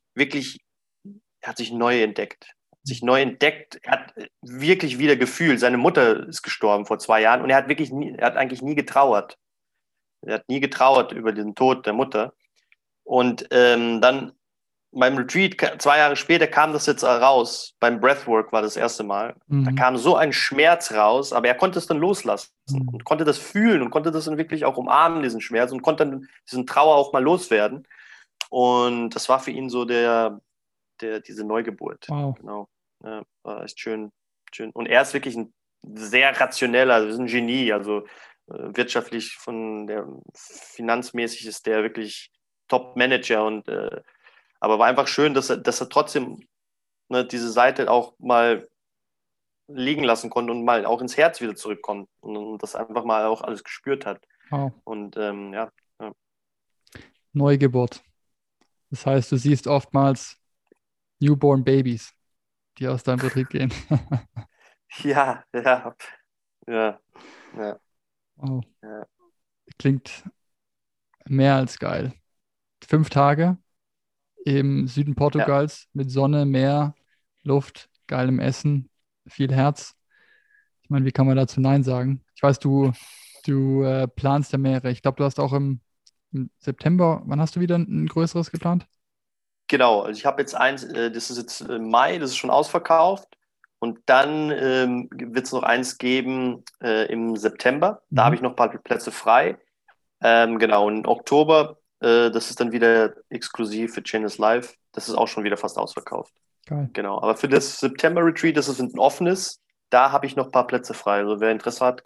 er hat sich neu entdeckt. Er hat wirklich wieder gefühlt. Seine Mutter ist gestorben vor 2 Jahren und er hat eigentlich nie getrauert. Er hat nie getrauert über den Tod der Mutter. Und dann beim Retreat, 2 Jahre später, kam das jetzt raus. Beim Breathwork war das erste Mal. Da Mhm. kam so ein Schmerz raus, aber er konnte es dann loslassen Mhm. und konnte das fühlen und konnte das dann wirklich auch umarmen, diesen Schmerz, und konnte dann diesen Trauer auch mal loswerden. Und das war für ihn so diese Neugeburt. Wow. Genau. Ja, war echt schön. Und er ist wirklich ein sehr rationeller, also ist ein Genie. Also wirtschaftlich finanzmäßig ist der wirklich Top-Manager und aber war einfach schön, dass er trotzdem diese Seite auch mal liegen lassen konnte und mal auch ins Herz wieder zurückkommt und das einfach mal auch alles gespürt hat. Wow. Und ja. Neugeburt. Das heißt, du siehst oftmals Newborn Babies, die aus deinem Betrieb gehen. Ja, ja, ja, ja, Wow. ja. Klingt mehr als geil. 5 Tage im Süden Ja. Portugals mit Sonne, Meer, Luft, geilem Essen, viel Herz. Ich meine, wie kann man dazu Nein sagen? Ich weiß, du planst ja mehrere. Ich glaube, du hast auch im September, wann hast du wieder ein größeres geplant? Genau, also ich habe jetzt eins, das ist jetzt Mai, das ist schon ausverkauft. Und dann wird es noch eins geben im September. Da habe Mhm. ich noch ein paar Plätze frei. Genau, und im Oktober, das ist dann wieder exklusiv für Chain is Live. Das ist auch schon wieder fast ausverkauft. Geil. Genau, aber für das September-Retreat, das ist ein offenes, da habe ich noch ein paar Plätze frei. Also wer Interesse hat,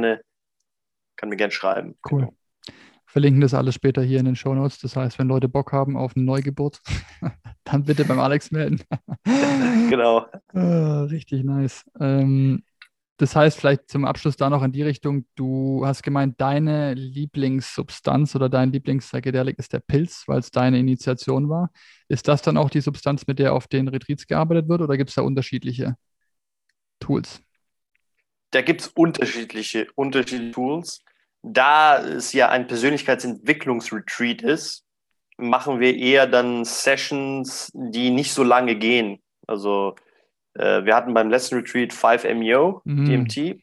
kann mir gerne schreiben. Cool. Genau. Verlinken das alles später hier in den Shownotes. Das heißt, wenn Leute Bock haben auf eine Neugeburt, dann bitte beim Alex melden. Genau. Richtig nice. Das heißt, vielleicht zum Abschluss da noch in die Richtung, du hast gemeint, deine Lieblingssubstanz oder dein Lieblingspsychedelik ist der Pilz, weil es deine Initiation war. Ist das dann auch die Substanz, mit der auf den Retreats gearbeitet wird, oder gibt es da unterschiedliche Tools? Da gibt es unterschiedliche Tools. Da es ja ein Persönlichkeitsentwicklungsretreat ist, machen wir eher dann Sessions, die nicht so lange gehen. Also wir hatten beim letzten Retreat 5-MeO, Mhm. DMT.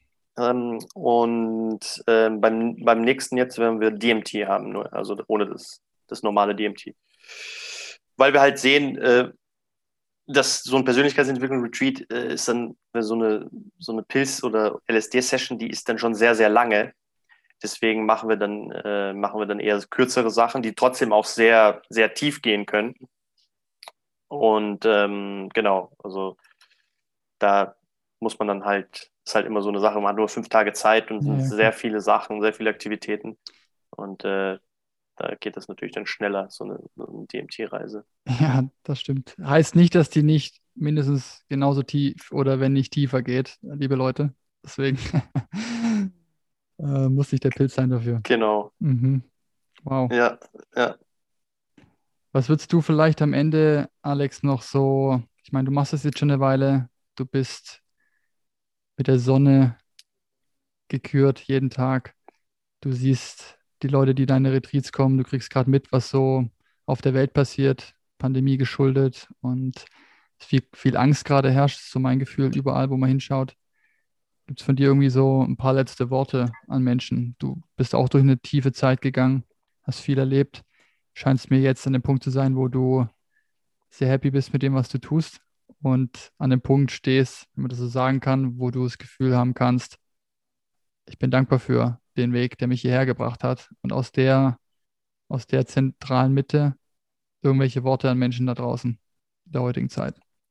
Und beim nächsten jetzt werden wir DMT haben, nur, also ohne das normale DMT. Weil wir halt sehen, so ein Persönlichkeitsentwicklung-Retreat ist dann so eine Pilz- oder LSD-Session, die ist dann schon sehr, sehr lange. Deswegen machen wir dann eher kürzere Sachen, die trotzdem auch sehr, sehr tief gehen können. Und genau, also da muss man dann halt, ist halt immer so eine Sache, man hat nur 5 Tage Zeit und sind Ja, sehr klar. viele Sachen, sehr viele Aktivitäten. Und da geht das natürlich dann schneller, so eine DMT-Reise. Ja, das stimmt. Heißt nicht, dass die nicht mindestens genauso tief oder wenn nicht tiefer geht, liebe Leute. Deswegen muss nicht der Pilz sein dafür. Genau. Mhm. Wow. Ja, ja. Was würdest du vielleicht am Ende, Alex, noch so, ich meine, du machst das jetzt schon eine Weile, du bist mit der Sonne gekürt jeden Tag, du siehst die Leute, die deine Retreats kommen, du kriegst gerade mit, was so auf der Welt passiert, Pandemie geschuldet und viel Angst gerade herrscht, ist so mein Gefühl, überall, wo man hinschaut. Gibt es von dir irgendwie so ein paar letzte Worte an Menschen? Du bist auch durch eine tiefe Zeit gegangen, hast viel erlebt, scheinst mir jetzt an dem Punkt zu sein, wo du sehr happy bist mit dem, was du tust und an dem Punkt stehst, wenn man das so sagen kann, wo du das Gefühl haben kannst, ich bin dankbar für den Weg, der mich hierher gebracht hat und aus der zentralen Mitte irgendwelche Worte an Menschen da draußen in der heutigen Zeit.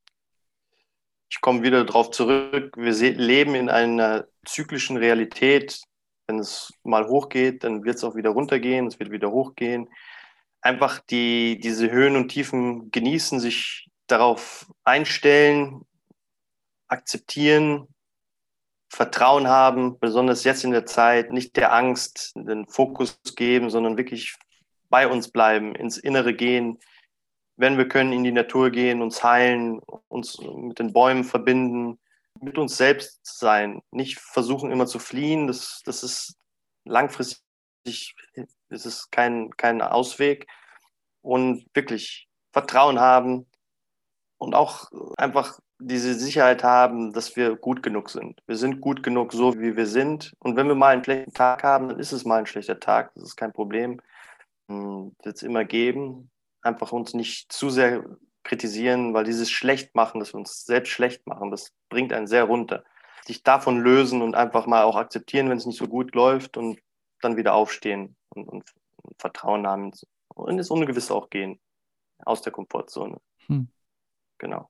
Ich komme wieder darauf zurück. Wir leben in einer zyklischen Realität. Wenn es mal hochgeht, dann wird es auch wieder runtergehen, es wird wieder hochgehen. Einfach diese Höhen und Tiefen genießen, sich darauf einstellen, akzeptieren, Vertrauen haben, besonders jetzt in der Zeit, nicht der Angst den Fokus geben, sondern wirklich bei uns bleiben, ins Innere gehen, wenn wir können, in die Natur gehen, uns heilen, uns mit den Bäumen verbinden, mit uns selbst sein, nicht versuchen immer zu fliehen, das ist langfristig, das ist kein Ausweg und wirklich Vertrauen haben und auch einfach diese Sicherheit haben, dass wir gut genug sind. Wir sind gut genug, so wie wir sind. Und wenn wir mal einen schlechten Tag haben, dann ist es mal ein schlechter Tag. Das ist kein Problem. Wird es immer geben. Einfach uns nicht zu sehr kritisieren, weil dieses Schlechtmachen, dass wir uns selbst schlecht machen, das bringt einen sehr runter. Sich davon lösen und einfach mal auch akzeptieren, wenn es nicht so gut läuft und dann wieder aufstehen und Vertrauen haben und ins Ungewisse auch gehen, aus der Komfortzone. Hm. Genau.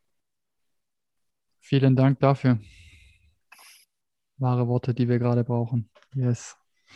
Vielen Dank dafür. Wahre Worte, die wir gerade brauchen. Yes.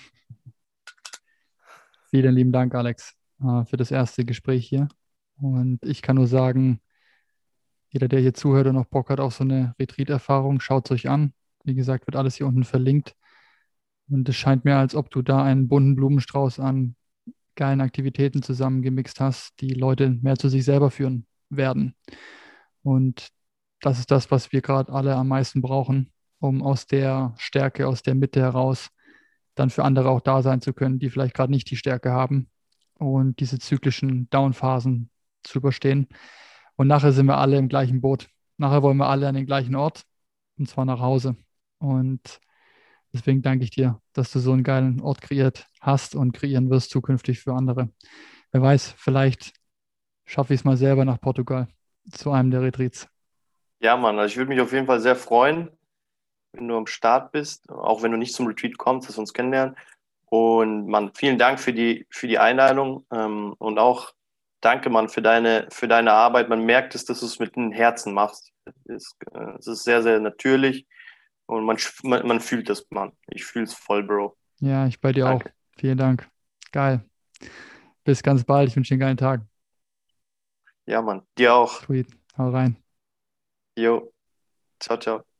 Vielen lieben Dank, Alex, für das erste Gespräch hier. Und ich kann nur sagen, jeder, der hier zuhört und noch Bock hat auf so eine Retreat-Erfahrung, schaut es euch an. Wie gesagt, wird alles hier unten verlinkt. Und es scheint mir, als ob du da einen bunten Blumenstrauß an geilen Aktivitäten zusammengemixt hast, die Leute mehr zu sich selber führen werden. Und das ist das, was wir gerade alle am meisten brauchen, um aus der Stärke, aus der Mitte heraus dann für andere auch da sein zu können, die vielleicht gerade nicht die Stärke haben und diese zyklischen Down-Phasen zu überstehen. Und nachher sind wir alle im gleichen Boot. Nachher wollen wir alle an den gleichen Ort, und zwar nach Hause. Und deswegen danke ich dir, dass du so einen geilen Ort kreiert hast und kreieren wirst zukünftig für andere. Wer weiß, vielleicht schaffe ich es mal selber nach Portugal zu einem der Retreats. Ja, Mann, also ich würde mich auf jeden Fall sehr freuen, wenn du am Start bist, auch wenn du nicht zum Retreat kommst, dass wir uns kennenlernen. Und Mann, vielen Dank für die Einladung und auch danke, Mann, für deine Arbeit. Man merkt es, dass du es mit dem Herzen machst. Es ist sehr, sehr natürlich und man fühlt das, Mann. Ich fühle es voll, Bro. Ja, ich bei dir auch. Danke. Vielen Dank. Geil. Bis ganz bald. Ich wünsche dir einen geilen Tag. Ja, Mann. Dir auch. Sweet. Hau rein. Jo. Ciao, ciao.